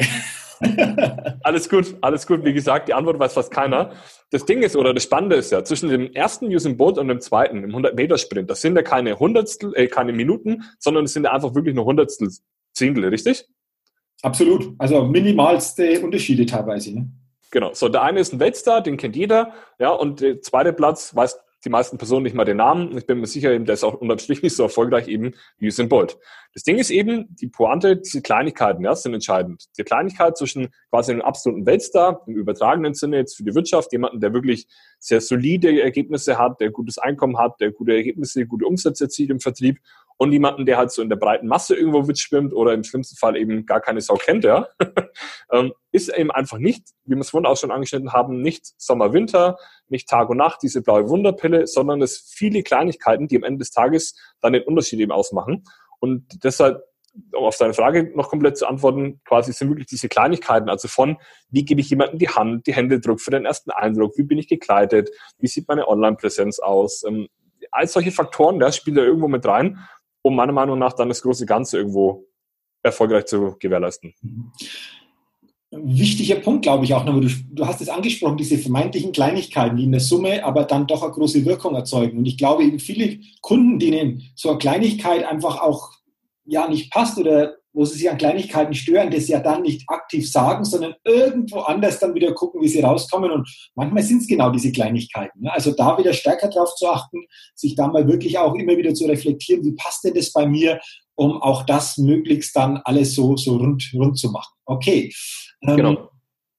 Alles gut. Wie gesagt, die Antwort weiß fast keiner. Das Ding ist, oder das Spannende ist ja, zwischen dem ersten Usain Bolt und dem zweiten, im 100-Meter-Sprint, das sind ja keine keine Minuten, sondern das sind ja einfach wirklich nur Hundertstel, Zehntel, richtig? Absolut. Also minimalste Unterschiede teilweise. Ne? Genau. So, der eine ist ein Weltstar, den kennt jeder, ja, und der zweite Platz weiß die meisten Personen nicht mal den Namen. Ich bin mir sicher, der ist auch unterm Strich nicht so erfolgreich eben wie Usain Bolt. Das Ding ist eben, die Pointe, diese Kleinigkeiten, ja, sind entscheidend. Die Kleinigkeit zwischen quasi einem absoluten Weltstar, im übertragenen Sinne jetzt für die Wirtschaft, jemanden, der wirklich sehr solide Ergebnisse hat, der gutes Einkommen hat, der gute Ergebnisse, gute Umsätze erzielt im Vertrieb, und jemanden, der halt so in der breiten Masse irgendwo mitschwimmt oder im schlimmsten Fall eben gar keine Sau kennt, ja, ist eben einfach nicht, wie wir es vorhin auch schon angeschnitten haben, nicht Sommer, Winter, nicht Tag und Nacht, diese blaue Wunderpille, sondern es viele Kleinigkeiten, die am Ende des Tages dann den Unterschied eben ausmachen. Und deshalb, um auf deine Frage noch komplett zu antworten, quasi sind wirklich diese Kleinigkeiten, also von, wie gebe ich jemandem die Hand, die Händedruck für den ersten Eindruck, wie bin ich gekleidet, wie sieht meine Online-Präsenz aus, all solche Faktoren, das spielt da irgendwo mit rein, um meiner Meinung nach dann das große Ganze irgendwo erfolgreich zu gewährleisten. Ein wichtiger Punkt, glaube ich auch noch, du hast es angesprochen, diese vermeintlichen Kleinigkeiten, die in der Summe aber dann doch eine große Wirkung erzeugen. Und ich glaube eben viele Kunden, denen so eine Kleinigkeit einfach auch ja nicht passt oder wo sie sich an Kleinigkeiten stören, das ja dann nicht aktiv sagen, sondern irgendwo anders dann wieder gucken, wie sie rauskommen. Und manchmal sind es genau diese Kleinigkeiten. Ne? Also da wieder stärker drauf zu achten, sich da mal wirklich auch immer wieder zu reflektieren, wie passt denn das bei mir, um auch das möglichst dann alles so rund zu machen. Okay. Genau.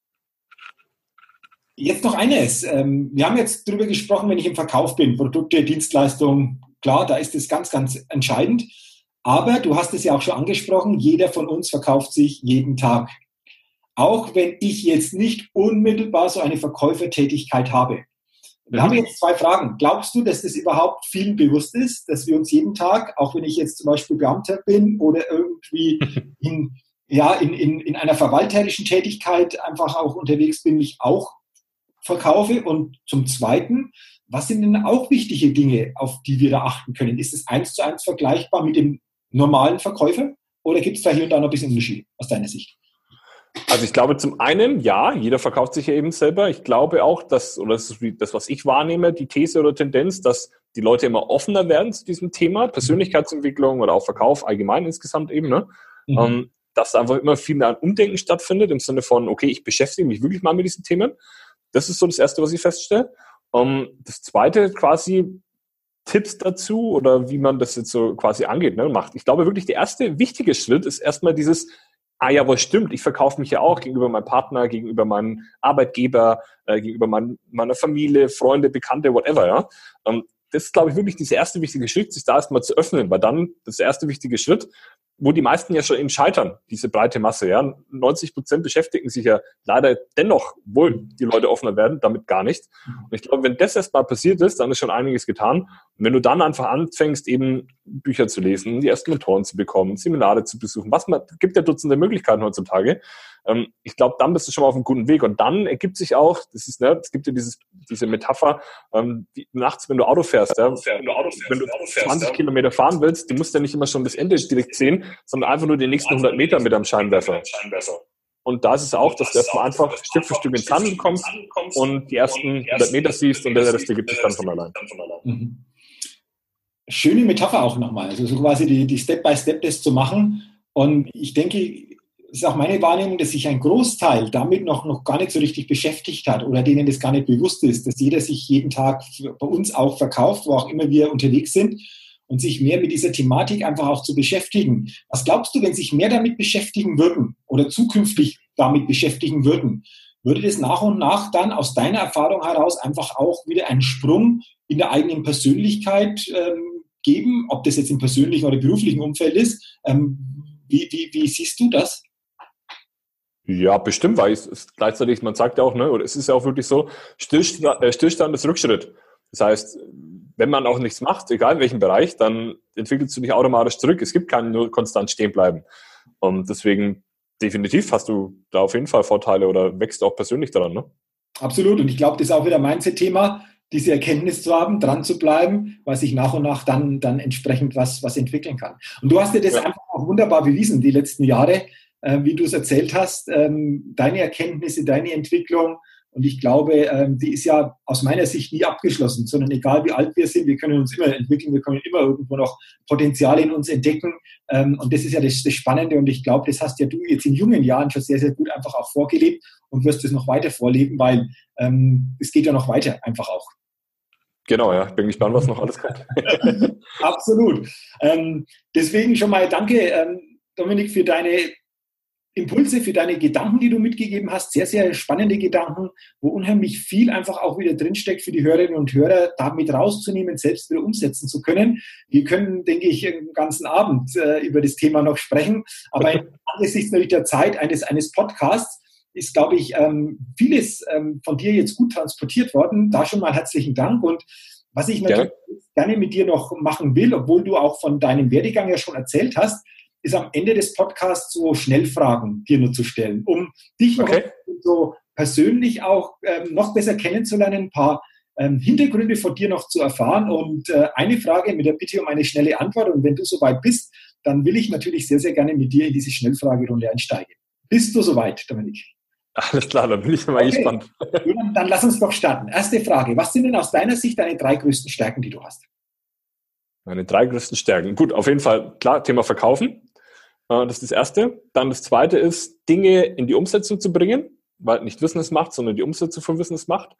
Jetzt noch eines. Wir haben jetzt darüber gesprochen, wenn ich im Verkauf bin, Produkte, Dienstleistungen, klar, da ist es ganz, ganz entscheidend. Aber du hast es ja auch schon angesprochen, jeder von uns verkauft sich jeden Tag. Auch wenn ich jetzt nicht unmittelbar so eine Verkäufertätigkeit habe. Wir haben jetzt 2 Fragen. Glaubst du, dass das überhaupt vielen bewusst ist, dass wir uns jeden Tag, auch wenn ich jetzt zum Beispiel Beamter bin oder irgendwie in einer verwalterischen Tätigkeit einfach auch unterwegs bin, mich auch verkaufe? Und zum Zweiten, was sind denn auch wichtige Dinge, auf die wir da achten können? Ist es 1:1 vergleichbar mit dem normalen Verkäufer oder gibt es da hier und da noch ein bisschen Unterschied aus deiner Sicht? Also ich glaube zum einen, ja, jeder verkauft sich ja eben selber. Ich glaube auch, das ist das, was ich wahrnehme, die These oder Tendenz, dass die Leute immer offener werden zu diesem Thema, Persönlichkeitsentwicklung oder auch Verkauf allgemein insgesamt eben, ne? Dass einfach immer viel mehr ein Umdenken stattfindet im Sinne von, okay, ich beschäftige mich wirklich mal mit diesen Themen. Das ist so das Erste, was ich feststelle. Das Zweite quasi Tipps dazu oder wie man das jetzt so quasi angeht, ne, macht. Ich glaube wirklich, der erste wichtige Schritt ist erstmal dieses, jawohl, stimmt, ich verkaufe mich ja auch gegenüber meinem Partner, gegenüber meinem Arbeitgeber, gegenüber meiner Familie, Freunde, Bekannte, whatever, ja. Das ist, glaube ich, wirklich dieser erste wichtige Schritt, sich da erstmal zu öffnen, weil dann das ist der erste wichtige Schritt, wo die meisten ja schon eben scheitern, diese breite Masse, ja. 90% beschäftigen sich ja leider dennoch, obwohl die Leute offener werden, damit gar nicht. Und ich glaube, wenn das erstmal passiert ist, dann ist schon einiges getan. Und wenn du dann einfach anfängst, eben Bücher zu lesen, die ersten Mentoren zu bekommen, Seminare zu besuchen, gibt ja Dutzende Möglichkeiten heutzutage. Ich glaube, dann bist du schon mal auf einem guten Weg. Und dann ergibt sich auch, es gibt ja diese Metapher, wie nachts, wenn du Auto fährst, ja, wenn du 20 Kilometer fahren willst, du musst ja nicht immer schon das Ende direkt sehen, sondern einfach nur die nächsten 100 Meter mit einem Scheinwerfer. Und da ist es auch, dass du erstmal einfach Stück für Stück ins Handeln kommst und die ersten 100 Meter siehst und der Rest ergibt sich dann von allein. Schöne Metapher auch nochmal, also so quasi die Step-by-Step das zu machen. Und ich denke, es ist auch meine Wahrnehmung, dass sich ein Großteil damit noch gar nicht so richtig beschäftigt hat oder denen das gar nicht bewusst ist, dass jeder sich jeden Tag bei uns auch verkauft, wo auch immer wir unterwegs sind und sich mehr mit dieser Thematik einfach auch zu beschäftigen. Was glaubst du, wenn sich mehr damit beschäftigen würden oder zukünftig damit beschäftigen würden, würde das nach und nach dann aus deiner Erfahrung heraus einfach auch wieder einen Sprung in der eigenen Persönlichkeit geben, ob das jetzt im persönlichen oder beruflichen Umfeld ist? Wie siehst du das? Ja, bestimmt, weil es gleichzeitig, man sagt ja auch, ne, oder es ist ja auch wirklich so, Stillstand ist Rückschritt. Das heißt, wenn man auch nichts macht, egal in welchem Bereich, dann entwickelst du dich automatisch zurück. Es gibt kein nur konstant stehen bleiben. Und deswegen definitiv hast du da auf jeden Fall Vorteile oder wächst auch persönlich daran, ne? Absolut. Und ich glaube, das ist auch wieder ein Mindset-Thema, diese Erkenntnis zu haben, dran zu bleiben, weil sich nach und nach dann entsprechend was entwickeln kann. Und du hast dir das einfach auch wunderbar bewiesen, die letzten Jahre, wie du es erzählt hast, deine Erkenntnisse, deine Entwicklung. Und ich glaube, die ist ja aus meiner Sicht nie abgeschlossen, sondern egal wie alt wir sind, wir können uns immer entwickeln, wir können immer irgendwo noch Potenziale in uns entdecken. Und das ist ja das Spannende. Und ich glaube, das hast ja du jetzt in jungen Jahren schon sehr, sehr gut einfach auch vorgelebt und wirst es noch weiter vorleben, weil es geht ja noch weiter einfach auch. Genau, ja. Ich bin gespannt, was noch alles kommt. Absolut. Deswegen schon mal danke, Dominik, für deine Impulse, für deine Gedanken, die du mitgegeben hast. Sehr, sehr spannende Gedanken, wo unheimlich viel einfach auch wieder drinsteckt für die Hörerinnen und Hörer, damit rauszunehmen, selbst wieder umsetzen zu können. Wir können, denke ich, den ganzen Abend über das Thema noch sprechen. Aber angesichts natürlich der Zeit eines Podcasts ist, glaube ich, vieles von dir jetzt gut transportiert worden. Da schon mal herzlichen Dank. Und was ich natürlich gerne mit dir noch machen will, obwohl du auch von deinem Werdegang ja schon erzählt hast, ist am Ende des Podcasts so Schnellfragen dir nur zu stellen, um dich noch so persönlich auch noch besser kennenzulernen, ein paar Hintergründe von dir noch zu erfahren und eine Frage mit der Bitte um eine schnelle Antwort. Und wenn du soweit bist, dann will ich natürlich sehr, sehr gerne mit dir in diese Schnellfragerunde einsteigen. Bist du soweit, Dominik? Alles klar, dann bin ich mal gespannt. Dann lass uns doch starten. Erste Frage. Was sind denn aus deiner Sicht deine 3 größten Stärken, die du hast? Meine 3 größten Stärken. Gut, auf jeden Fall, klar, Thema Verkaufen. Das ist das Erste. Dann das Zweite ist, Dinge in die Umsetzung zu bringen, weil nicht Wissen es macht, sondern die Umsetzung von Wissen es macht.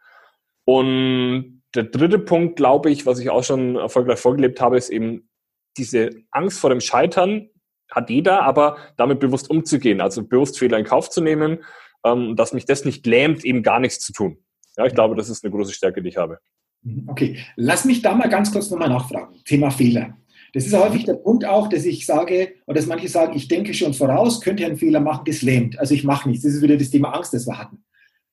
Und der dritte Punkt, glaube ich, was ich auch schon erfolgreich vorgelebt habe, ist eben diese Angst vor dem Scheitern, hat jeder, aber damit bewusst umzugehen, also bewusst Fehler in Kauf zu nehmen, dass mich das nicht lähmt, eben gar nichts zu tun. Ja, ich glaube, das ist eine große Stärke, die ich habe. Okay, lass mich da mal ganz kurz nochmal nachfragen. Thema Fehler. Das ist häufig der Punkt auch, dass ich sage, oder dass manche sagen, ich denke schon voraus, könnte einen Fehler machen, das lähmt. Also ich mache nichts. Das ist wieder das Thema Angst, das wir hatten.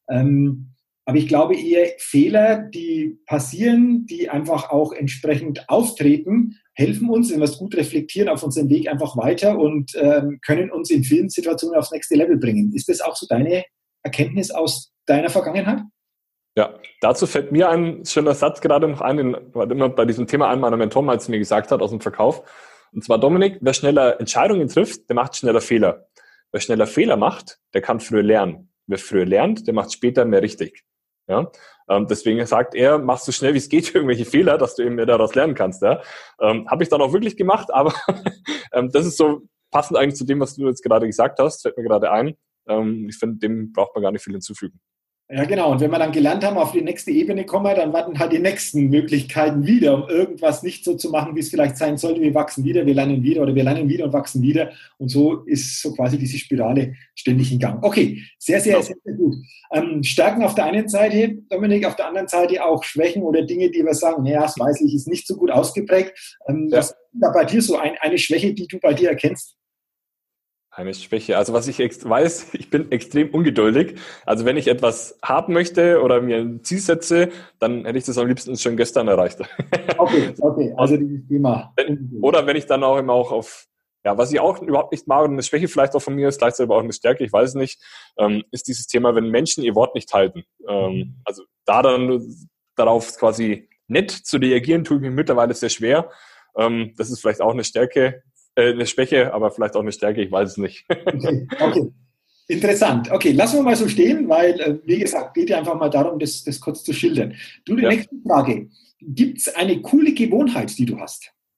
Aber ich glaube eher Fehler, die passieren, die einfach auch entsprechend auftreten, helfen uns, wenn wir es gut reflektieren, auf unserem Weg einfach weiter und können uns in vielen Situationen aufs nächste Level bringen. Ist das auch so deine Erkenntnis aus deiner Vergangenheit? Ja, dazu fällt mir ein schöner Satz gerade noch ein, den war immer bei diesem Thema ein meiner Mentoren mal zu mir gesagt hat aus dem Verkauf. Und zwar, Dominik, wer schneller Entscheidungen trifft, der macht schneller Fehler. Wer schneller Fehler macht, der kann früher lernen. Wer früher lernt, der macht später mehr richtig. Ja, deswegen sagt er, mach so schnell wie es geht irgendwelche Fehler, dass du eben mehr daraus lernen kannst. Ja, habe ich dann auch wirklich gemacht, aber das ist so passend eigentlich zu dem, was du jetzt gerade gesagt hast, fällt mir gerade ein. Ich finde, dem braucht man gar nicht viel hinzufügen. Ja, genau. Und wenn wir dann gelernt haben, auf die nächste Ebene kommen, dann warten halt die nächsten Möglichkeiten wieder, um irgendwas nicht so zu machen, wie es vielleicht sein sollte. Wir wachsen wieder, wir lernen wieder oder wir lernen wieder und wachsen wieder. Und so ist so quasi diese Spirale ständig in Gang. Okay, sehr, sehr, sehr, sehr gut. Stärken auf der einen Seite, Dominik, auf der anderen Seite auch Schwächen oder Dinge, die wir sagen, naja, das weiß ich, ist nicht so gut ausgeprägt. Was ist da bei dir so eine Schwäche, die du bei dir erkennst? Eine Schwäche. Also was ich weiß, ich bin extrem ungeduldig. Also wenn ich etwas haben möchte oder mir ein Ziel setze, dann hätte ich das am liebsten schon gestern erreicht. Okay. Also dieses Thema. Oder wenn ich dann auch immer auch auf, ja, was ich auch überhaupt nicht mag und eine Schwäche vielleicht auch von mir ist, gleichzeitig aber auch eine Stärke, ich weiß es nicht, ist dieses Thema, wenn Menschen ihr Wort nicht halten. Also da dann darauf quasi nett zu reagieren, tue ich mir mittlerweile sehr schwer. Das ist vielleicht auch eine Stärke, eine Schwäche, aber vielleicht auch eine Stärke, ich weiß es nicht. Okay. Interessant. Okay, lassen wir mal so stehen, weil, wie gesagt, geht ja einfach mal darum, das kurz zu schildern. Du, die nächste Frage. Gibt es eine coole Gewohnheit, die du hast?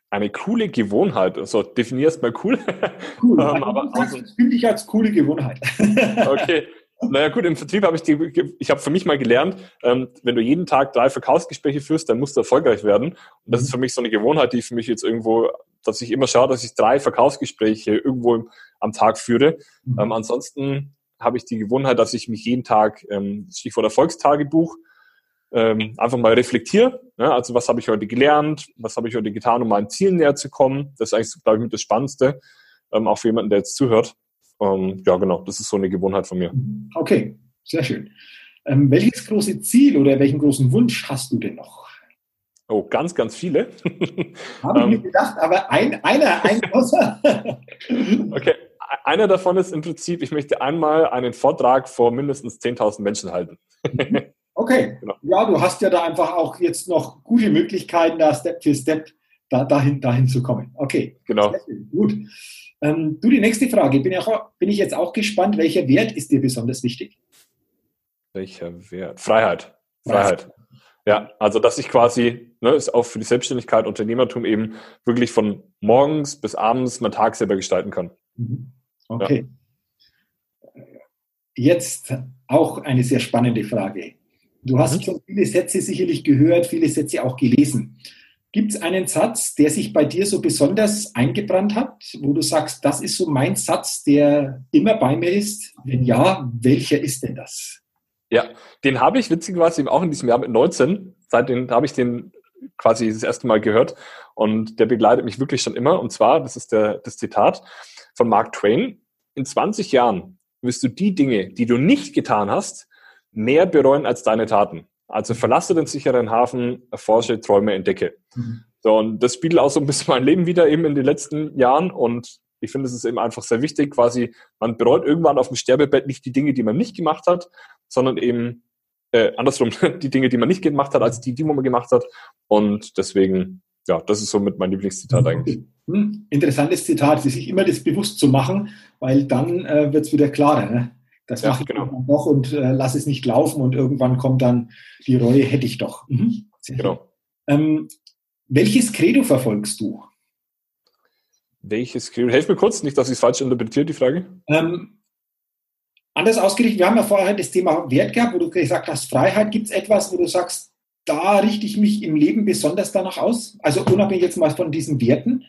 Eine coole Gewohnheit. Also definierst mal cool. Cool. Aber Das finde ich als coole Gewohnheit. okay. Naja gut, im Vertrieb ich habe für mich mal gelernt, wenn du jeden Tag 3 Verkaufsgespräche führst, dann musst du erfolgreich werden. Und das ist für mich so eine Gewohnheit, die für mich jetzt irgendwo, dass ich immer schaue, dass ich 3 Verkaufsgespräche irgendwo am Tag führe. Ansonsten habe ich die Gewohnheit, dass ich mich jeden Tag, Stichwort Erfolgstagebuch, einfach mal reflektiere. Ja, also was habe ich heute gelernt, was habe ich heute getan, um meinen Zielen näher zu kommen. Das ist eigentlich, glaube ich, mit das Spannendste, auch für jemanden, der jetzt zuhört. Ja, genau, das ist so eine Gewohnheit von mir. Okay, sehr schön. Welches große Ziel oder welchen großen Wunsch hast du denn noch? Oh, ganz, ganz viele. Habe ich mir gedacht, aber ein großer. Okay, einer davon ist im Prinzip, ich möchte einmal einen Vortrag vor mindestens 10.000 Menschen halten. Okay, genau. Ja, du hast ja da einfach auch jetzt noch gute Möglichkeiten, da Step für Step dahin zu kommen. Okay, genau. Sehr schön. Gut. Du, die nächste Frage, bin ich jetzt auch gespannt, welcher Wert ist dir besonders wichtig? Welcher Wert? Freiheit. Ja, also dass ich quasi, ist auch für die Selbstständigkeit, Unternehmertum eben wirklich von morgens bis abends meinen Tag selber gestalten kann. Okay. Ja. Jetzt auch eine sehr spannende Frage. Du hast schon viele Sätze sicherlich gehört, viele Sätze auch gelesen. Gibt es einen Satz, der sich bei dir so besonders eingebrannt hat, wo du sagst, das ist so mein Satz, der immer bei mir ist? Wenn ja, welcher ist denn das? Ja, den habe ich witzigerweise eben auch in diesem Jahr mit 19. Seitdem habe ich den quasi das erste Mal gehört und der begleitet mich wirklich schon immer. Und zwar, das ist das Zitat von Mark Twain: In 20 Jahren wirst du die Dinge, die du nicht getan hast, mehr bereuen als deine Taten. Also verlasse den sicheren Hafen, erforsche, träume, entdecke. So, und das spiegelt auch so ein bisschen mein Leben wieder eben in den letzten Jahren. Und ich finde, es ist eben einfach sehr wichtig, quasi, man bereut irgendwann auf dem Sterbebett nicht die Dinge, die man nicht gemacht hat, sondern eben andersrum, die Dinge, die man nicht gemacht hat, als die man gemacht hat. Und deswegen, ja, das ist somit mein Lieblingszitat eigentlich. Interessantes Zitat, sich immer das bewusst zu machen, weil dann wird es wieder klarer. Ne? Das mache ich dann doch und lasse es nicht laufen und irgendwann kommt dann die Reue, hätte ich doch. Genau. Welches Credo verfolgst du? Welches Credo? Helf mir kurz, nicht, dass ich es falsch interpretiere, die Frage. Anders ausgerichtet, wir haben ja vorher das Thema Wert gehabt, wo du gesagt hast, Freiheit. Gibt es etwas, wo du sagst, da richte ich mich im Leben besonders danach aus? Also unabhängig jetzt mal von diesen Werten?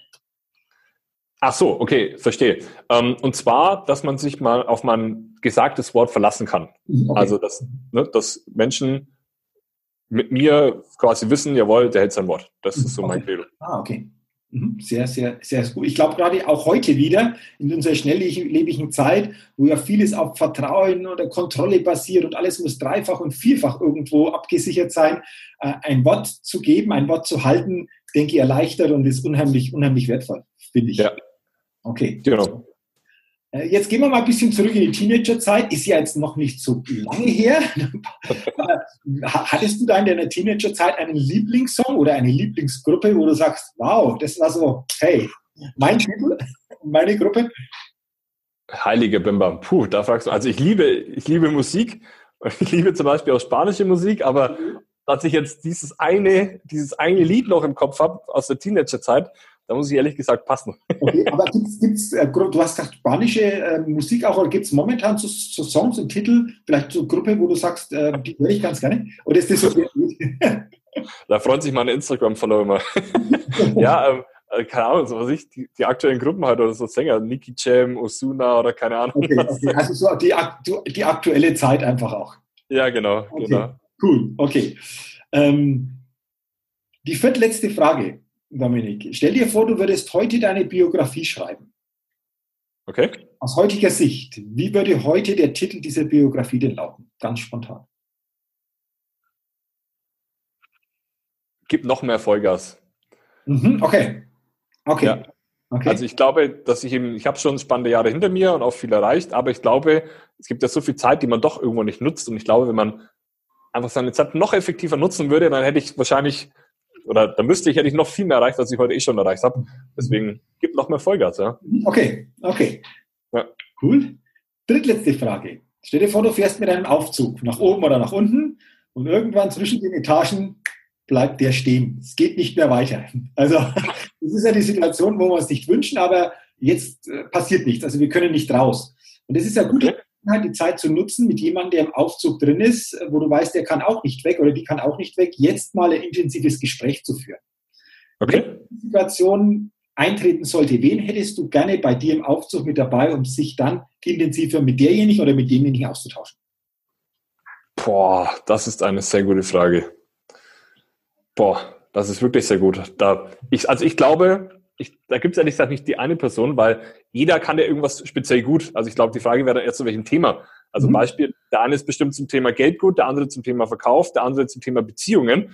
Ach so, okay, verstehe. Und zwar, dass man sich mal auf mein gesagtes Wort verlassen kann. Okay. Also, dass Menschen mit mir quasi wissen, jawohl, der hält sein Wort. Das ist so mein Credo. Okay. Sehr, sehr, sehr gut. Ich glaube, gerade auch heute wieder, in unserer schnelllebigen Zeit, wo ja vieles auf Vertrauen oder Kontrolle basiert und alles muss dreifach und vierfach irgendwo abgesichert sein, ein Wort zu geben, ein Wort zu halten, denke ich, erleichtert und ist unheimlich, unheimlich wertvoll, finde ich. Ja. Okay. Genau. Jetzt gehen wir mal ein bisschen zurück in die Teenagerzeit. Ist ja jetzt noch nicht so lange her. Hattest du da in deiner Teenagerzeit einen Lieblingssong oder eine Lieblingsgruppe, wo du sagst, wow, das war so, hey, mein Titel, meine Gruppe? Heilige Bimbam. Puh, da fragst du. Also ich liebe Musik. Ich liebe zum Beispiel auch spanische Musik, aber dass ich jetzt dieses eine Lied noch im Kopf habe aus der Teenagerzeit, da muss ich ehrlich gesagt passen. Okay, aber gibt's, du hast gesagt, spanische Musik auch, oder gibt es momentan so Songs und Titel, vielleicht so eine Gruppe, wo du sagst, die höre ich ganz gerne? Oder ist das so gut? Da freut sich meine Instagram-Follower immer. Ja, keine Ahnung, so was die aktuellen Gruppen halt oder so Sänger, Nicky Jam, Ozuna oder keine Ahnung. Okay. Also so die aktuelle Zeit einfach auch. Ja, genau. Cool, okay. Die viertletzte Frage. Dominik, stell dir vor, du würdest heute deine Biografie schreiben. Okay. Aus heutiger Sicht, wie würde heute der Titel dieser Biografie denn lauten? Ganz spontan. Gib noch mehr Vollgas. Okay. Ja. Okay. Also ich glaube, dass ich habe schon spannende Jahre hinter mir und auch viel erreicht, aber ich glaube, es gibt ja so viel Zeit, die man doch irgendwo nicht nutzt. Und ich glaube, wenn man einfach seine Zeit noch effektiver nutzen würde, dann hätte ich wahrscheinlich hätte ich noch viel mehr erreicht, als ich heute schon erreicht habe. Deswegen gibt noch mehr Vollgas, ja. Okay. Ja. Cool. Drittletzte Frage. Stell dir vor, du fährst mit einem Aufzug nach oben oder nach unten und irgendwann zwischen den Etagen bleibt der stehen. Es geht nicht mehr weiter. Also, das Das ist ja die Situation, wo wir uns nicht wünschen, aber jetzt passiert nichts. Also wir können nicht raus. Und es ist ja gut, die Zeit zu nutzen mit jemandem, der im Aufzug drin ist, wo du weißt, der kann auch nicht weg oder die kann auch nicht weg, jetzt mal ein intensives Gespräch zu führen. Okay. Wenn die Situation eintreten sollte, wen hättest du gerne bei dir im Aufzug mit dabei, um sich dann intensiver mit derjenigen oder mit demjenigen auszutauschen? Boah, das ist eine sehr gute Frage. Boah, das ist wirklich sehr gut. Ich glaube, da gibt es ehrlich gesagt nicht die eine Person, weil jeder kann ja irgendwas speziell gut. Also ich glaube, die Frage wäre dann erst zu welchem Thema. Also Beispiel, der eine ist bestimmt zum Thema Geld gut, der andere zum Thema Verkauf, der andere zum Thema Beziehungen.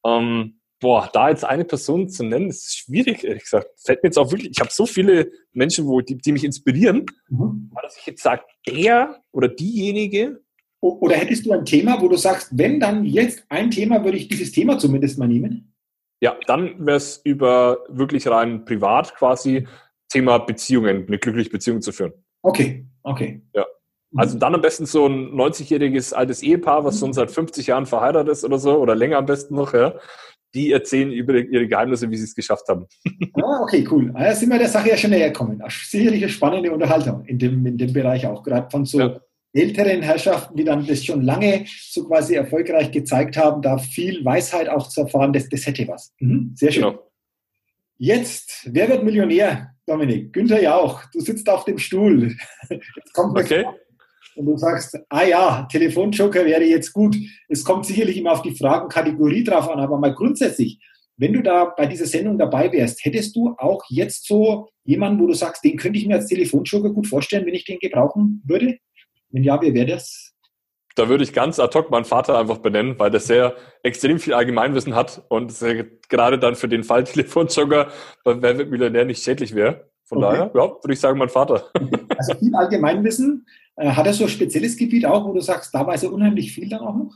Da jetzt eine Person zu nennen, ist schwierig, ehrlich gesagt. Fällt mir jetzt auch wirklich, ich habe so viele Menschen, die mich inspirieren, dass ich jetzt sage, der oder diejenige. Oder hättest du ein Thema, wo du sagst, wenn dann jetzt ein Thema, würde ich dieses Thema zumindest mal nehmen? Ja, dann wäre es über wirklich rein privat quasi Thema Beziehungen, eine glückliche Beziehung zu führen. Okay. Ja. Also dann am besten so ein 90-jähriges altes Ehepaar, was schon seit 50 Jahren verheiratet ist oder so, oder länger am besten noch, ja. Die erzählen über ihre Geheimnisse, wie sie es geschafft haben. Okay, cool. Da sind wir der Sache ja schon näher gekommen. Sicherlich eine spannende Unterhaltung in dem Bereich auch, gerade von so älteren Herrschaften, die dann das schon lange so quasi erfolgreich gezeigt haben, da viel Weisheit auch zu erfahren, das hätte was. Sehr schön. Genau. Jetzt, wer wird Millionär, Dominik? Günther Jauch, du sitzt auf dem Stuhl. Jetzt kommt okay. Und du sagst, Telefonjoker wäre jetzt gut. Es kommt sicherlich immer auf die Fragenkategorie drauf an, aber mal grundsätzlich, wenn du da bei dieser Sendung dabei wärst, hättest du auch jetzt so jemanden, wo du sagst, den könnte ich mir als Telefonjoker gut vorstellen, wenn ich den gebrauchen würde? Wenn ja, wer wäre das? Da würde ich ganz ad hoc meinen Vater einfach benennen, weil der sehr extrem viel Allgemeinwissen hat und gerade dann für den Fall Telefonjoker bei Wer wird Millionär nicht schädlich wäre. Von daher, würde ich sagen, mein Vater. Also viel Allgemeinwissen. Hat er so ein spezielles Gebiet auch, wo du sagst, da weiß er unheimlich viel dann auch noch?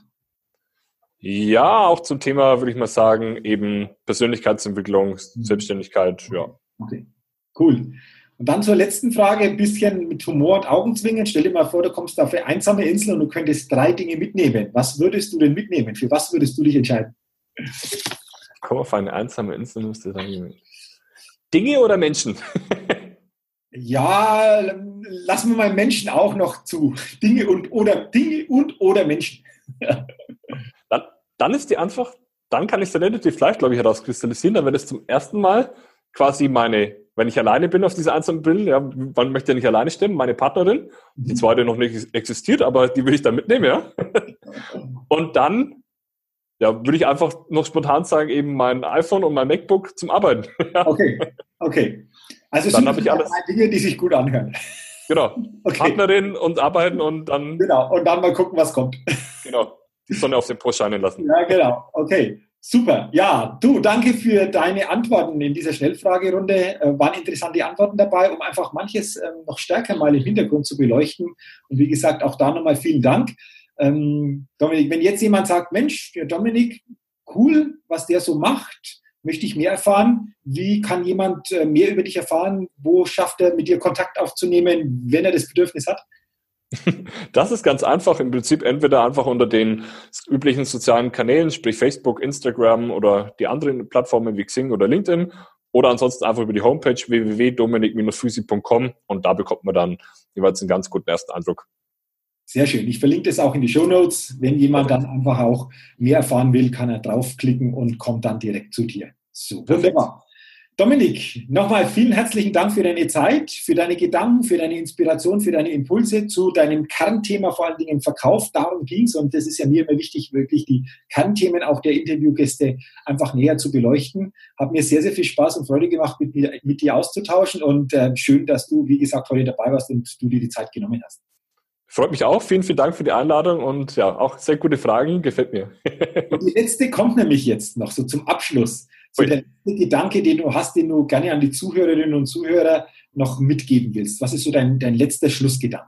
Ja, auch zum Thema, würde ich mal sagen, eben Persönlichkeitsentwicklung, Selbstständigkeit, ja. Okay, cool. Und dann zur letzten Frage, ein bisschen mit Humor und Augenzwinkern. Stell dir mal vor, du kommst auf eine einsame Insel und du könntest 3 Dinge mitnehmen. Was würdest du denn mitnehmen? Für was würdest du dich entscheiden? Komm auf eine einsame Insel, musst du sagen. Dinge oder Menschen? Ja, lassen wir mal Menschen auch noch zu. Dinge und oder Menschen. Dann ist die Antwort, dann kann ich es relativ leicht, glaube ich, herauskristallisieren. Dann wäre das zum ersten Mal quasi wenn ich alleine bin auf dieser einsamen Insel, ja, man möchte ja nicht alleine stimmen, meine Partnerin, die zweite noch nicht existiert, aber die will ich dann mitnehmen, ja. Und dann, würde ich einfach noch spontan sagen, eben mein iPhone und mein MacBook zum Arbeiten. Okay. Also dann habe ich alles. 3 Dinge, die sich gut anhören. Genau. Okay. Partnerin und Arbeiten und dann. Genau. Und dann mal gucken, was kommt. Genau. Die Sonne auf den Brust scheinen lassen. Ja, genau. Okay. Super. Ja, danke für deine Antworten in dieser Schnellfragerunde. Waren interessante Antworten dabei, um einfach manches noch stärker mal im Hintergrund zu beleuchten. Und wie gesagt, auch da nochmal vielen Dank. Dominik, wenn jetzt jemand sagt, Mensch, der Dominik, cool, was der so macht, möchte ich mehr erfahren. Wie kann jemand mehr über dich erfahren? Wo schafft er, mit dir Kontakt aufzunehmen, wenn er das Bedürfnis hat? Das ist ganz einfach. Im Prinzip entweder einfach unter den üblichen sozialen Kanälen, sprich Facebook, Instagram oder die anderen Plattformen wie Xing oder LinkedIn, oder ansonsten einfach über die Homepage www.dominik-füsi.com und da bekommt man dann jeweils einen ganz guten ersten Eindruck. Sehr schön. Ich verlinke das auch in die Shownotes. Wenn jemand dann einfach auch mehr erfahren will, kann er draufklicken und kommt dann direkt zu dir. So, wunderbar. Dominik, nochmal vielen herzlichen Dank für deine Zeit, für deine Gedanken, für deine Inspiration, für deine Impulse zu deinem Kernthema, vor allen Dingen im Verkauf. Darum ging es und das ist ja mir immer wichtig, wirklich die Kernthemen auch der Interviewgäste einfach näher zu beleuchten. Hat mir sehr, sehr viel Spaß und Freude gemacht, mit dir auszutauschen und schön, dass du, wie gesagt, heute dabei warst und du dir die Zeit genommen hast. Freut mich auch. Vielen, vielen Dank für die Einladung und ja, auch sehr gute Fragen. Gefällt mir. Und die letzte kommt nämlich jetzt noch so zum Abschluss. So der letzte Gedanke, den du hast, den du gerne an die Zuhörerinnen und Zuhörer noch mitgeben willst. Was ist so dein letzter Schlussgedanke?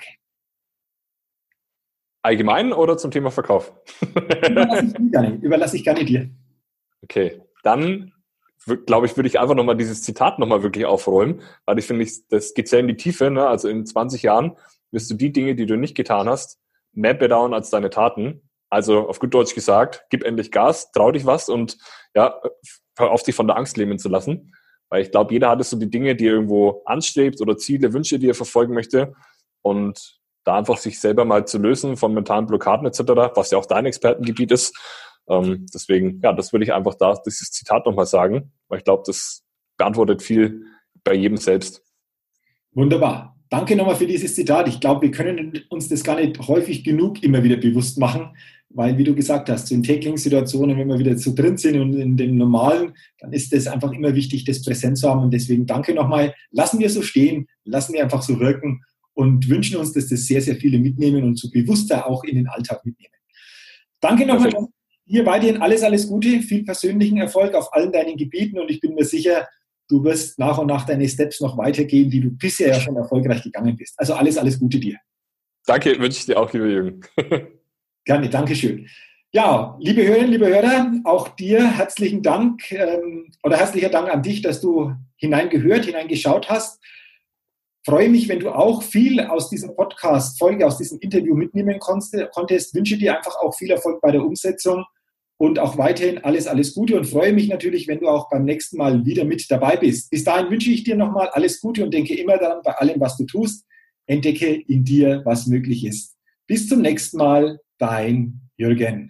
Allgemein oder zum Thema Verkauf? Überlasse ich gerne dir. Okay, dann glaube ich, würde ich einfach nochmal dieses Zitat nochmal wirklich aufräumen, weil ich finde, das geht sehr in die Tiefe. Ne? Also in 20 Jahren wirst du die Dinge, die du nicht getan hast, mehr bedauern als deine Taten. Also auf gut Deutsch gesagt, gib endlich Gas, trau dich was und ja, hör auf, dich von der Angst lähmen zu lassen. Weil ich glaube, jeder hat so die Dinge, die er irgendwo anstrebt oder Ziele, Wünsche, die er verfolgen möchte. Und da einfach sich selber mal zu lösen von mentalen Blockaden etc., was ja auch dein Expertengebiet ist. Deswegen, ja, das würde ich einfach dieses Zitat nochmal sagen, weil ich glaube, das beantwortet viel bei jedem selbst. Wunderbar. Danke nochmal für dieses Zitat. Ich glaube, wir können uns das gar nicht häufig genug immer wieder bewusst machen, weil, wie du gesagt hast, so in Tackling-Situationen, wenn wir wieder so drin sind und in dem Normalen, dann ist es einfach immer wichtig, das präsent zu haben. Und deswegen danke nochmal. Lassen wir so stehen, lassen wir einfach so wirken und wünschen uns, dass das sehr, sehr viele mitnehmen und so bewusster auch in den Alltag mitnehmen. Danke nochmal. Hier weiterhin alles Gute, viel persönlichen Erfolg auf allen deinen Gebieten und ich bin mir sicher, du wirst nach und nach deine Steps noch weitergehen, die du bisher ja schon erfolgreich gegangen bist. Also alles Gute dir. Danke, wünsche ich dir auch, lieber Jürgen. Gerne, Dankeschön. Ja, liebe Hörerinnen, liebe Hörer, auch dir herzlichen Dank oder herzlicher Dank an dich, dass du hineingeschaut hast. Freue mich, wenn du auch viel aus diesem Podcast-Folge, aus diesem Interview mitnehmen konntest. Wünsche dir einfach auch viel Erfolg bei der Umsetzung und auch weiterhin alles Gute und freue mich natürlich, wenn du auch beim nächsten Mal wieder mit dabei bist. Bis dahin wünsche ich dir nochmal alles Gute und denke immer daran, bei allem, was du tust, entdecke in dir, was möglich ist. Bis zum nächsten Mal, dein Jürgen.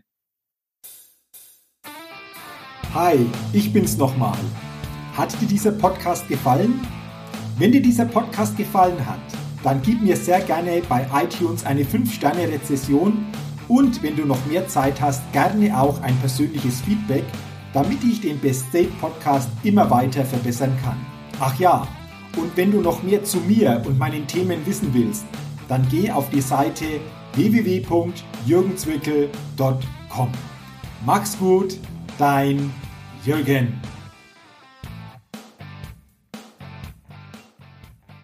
Hi, ich bin's nochmal. Hat dir dieser Podcast gefallen? Wenn dir dieser Podcast gefallen hat, dann gib mir sehr gerne bei iTunes eine 5-Sterne-Rezession und wenn du noch mehr Zeit hast, gerne auch ein persönliches Feedback, damit ich den Best State Podcast immer weiter verbessern kann. Ach ja, und wenn du noch mehr zu mir und meinen Themen wissen willst, dann geh auf die Seite www.jürgenzwickel.com. Mach's gut, dein Jürgen.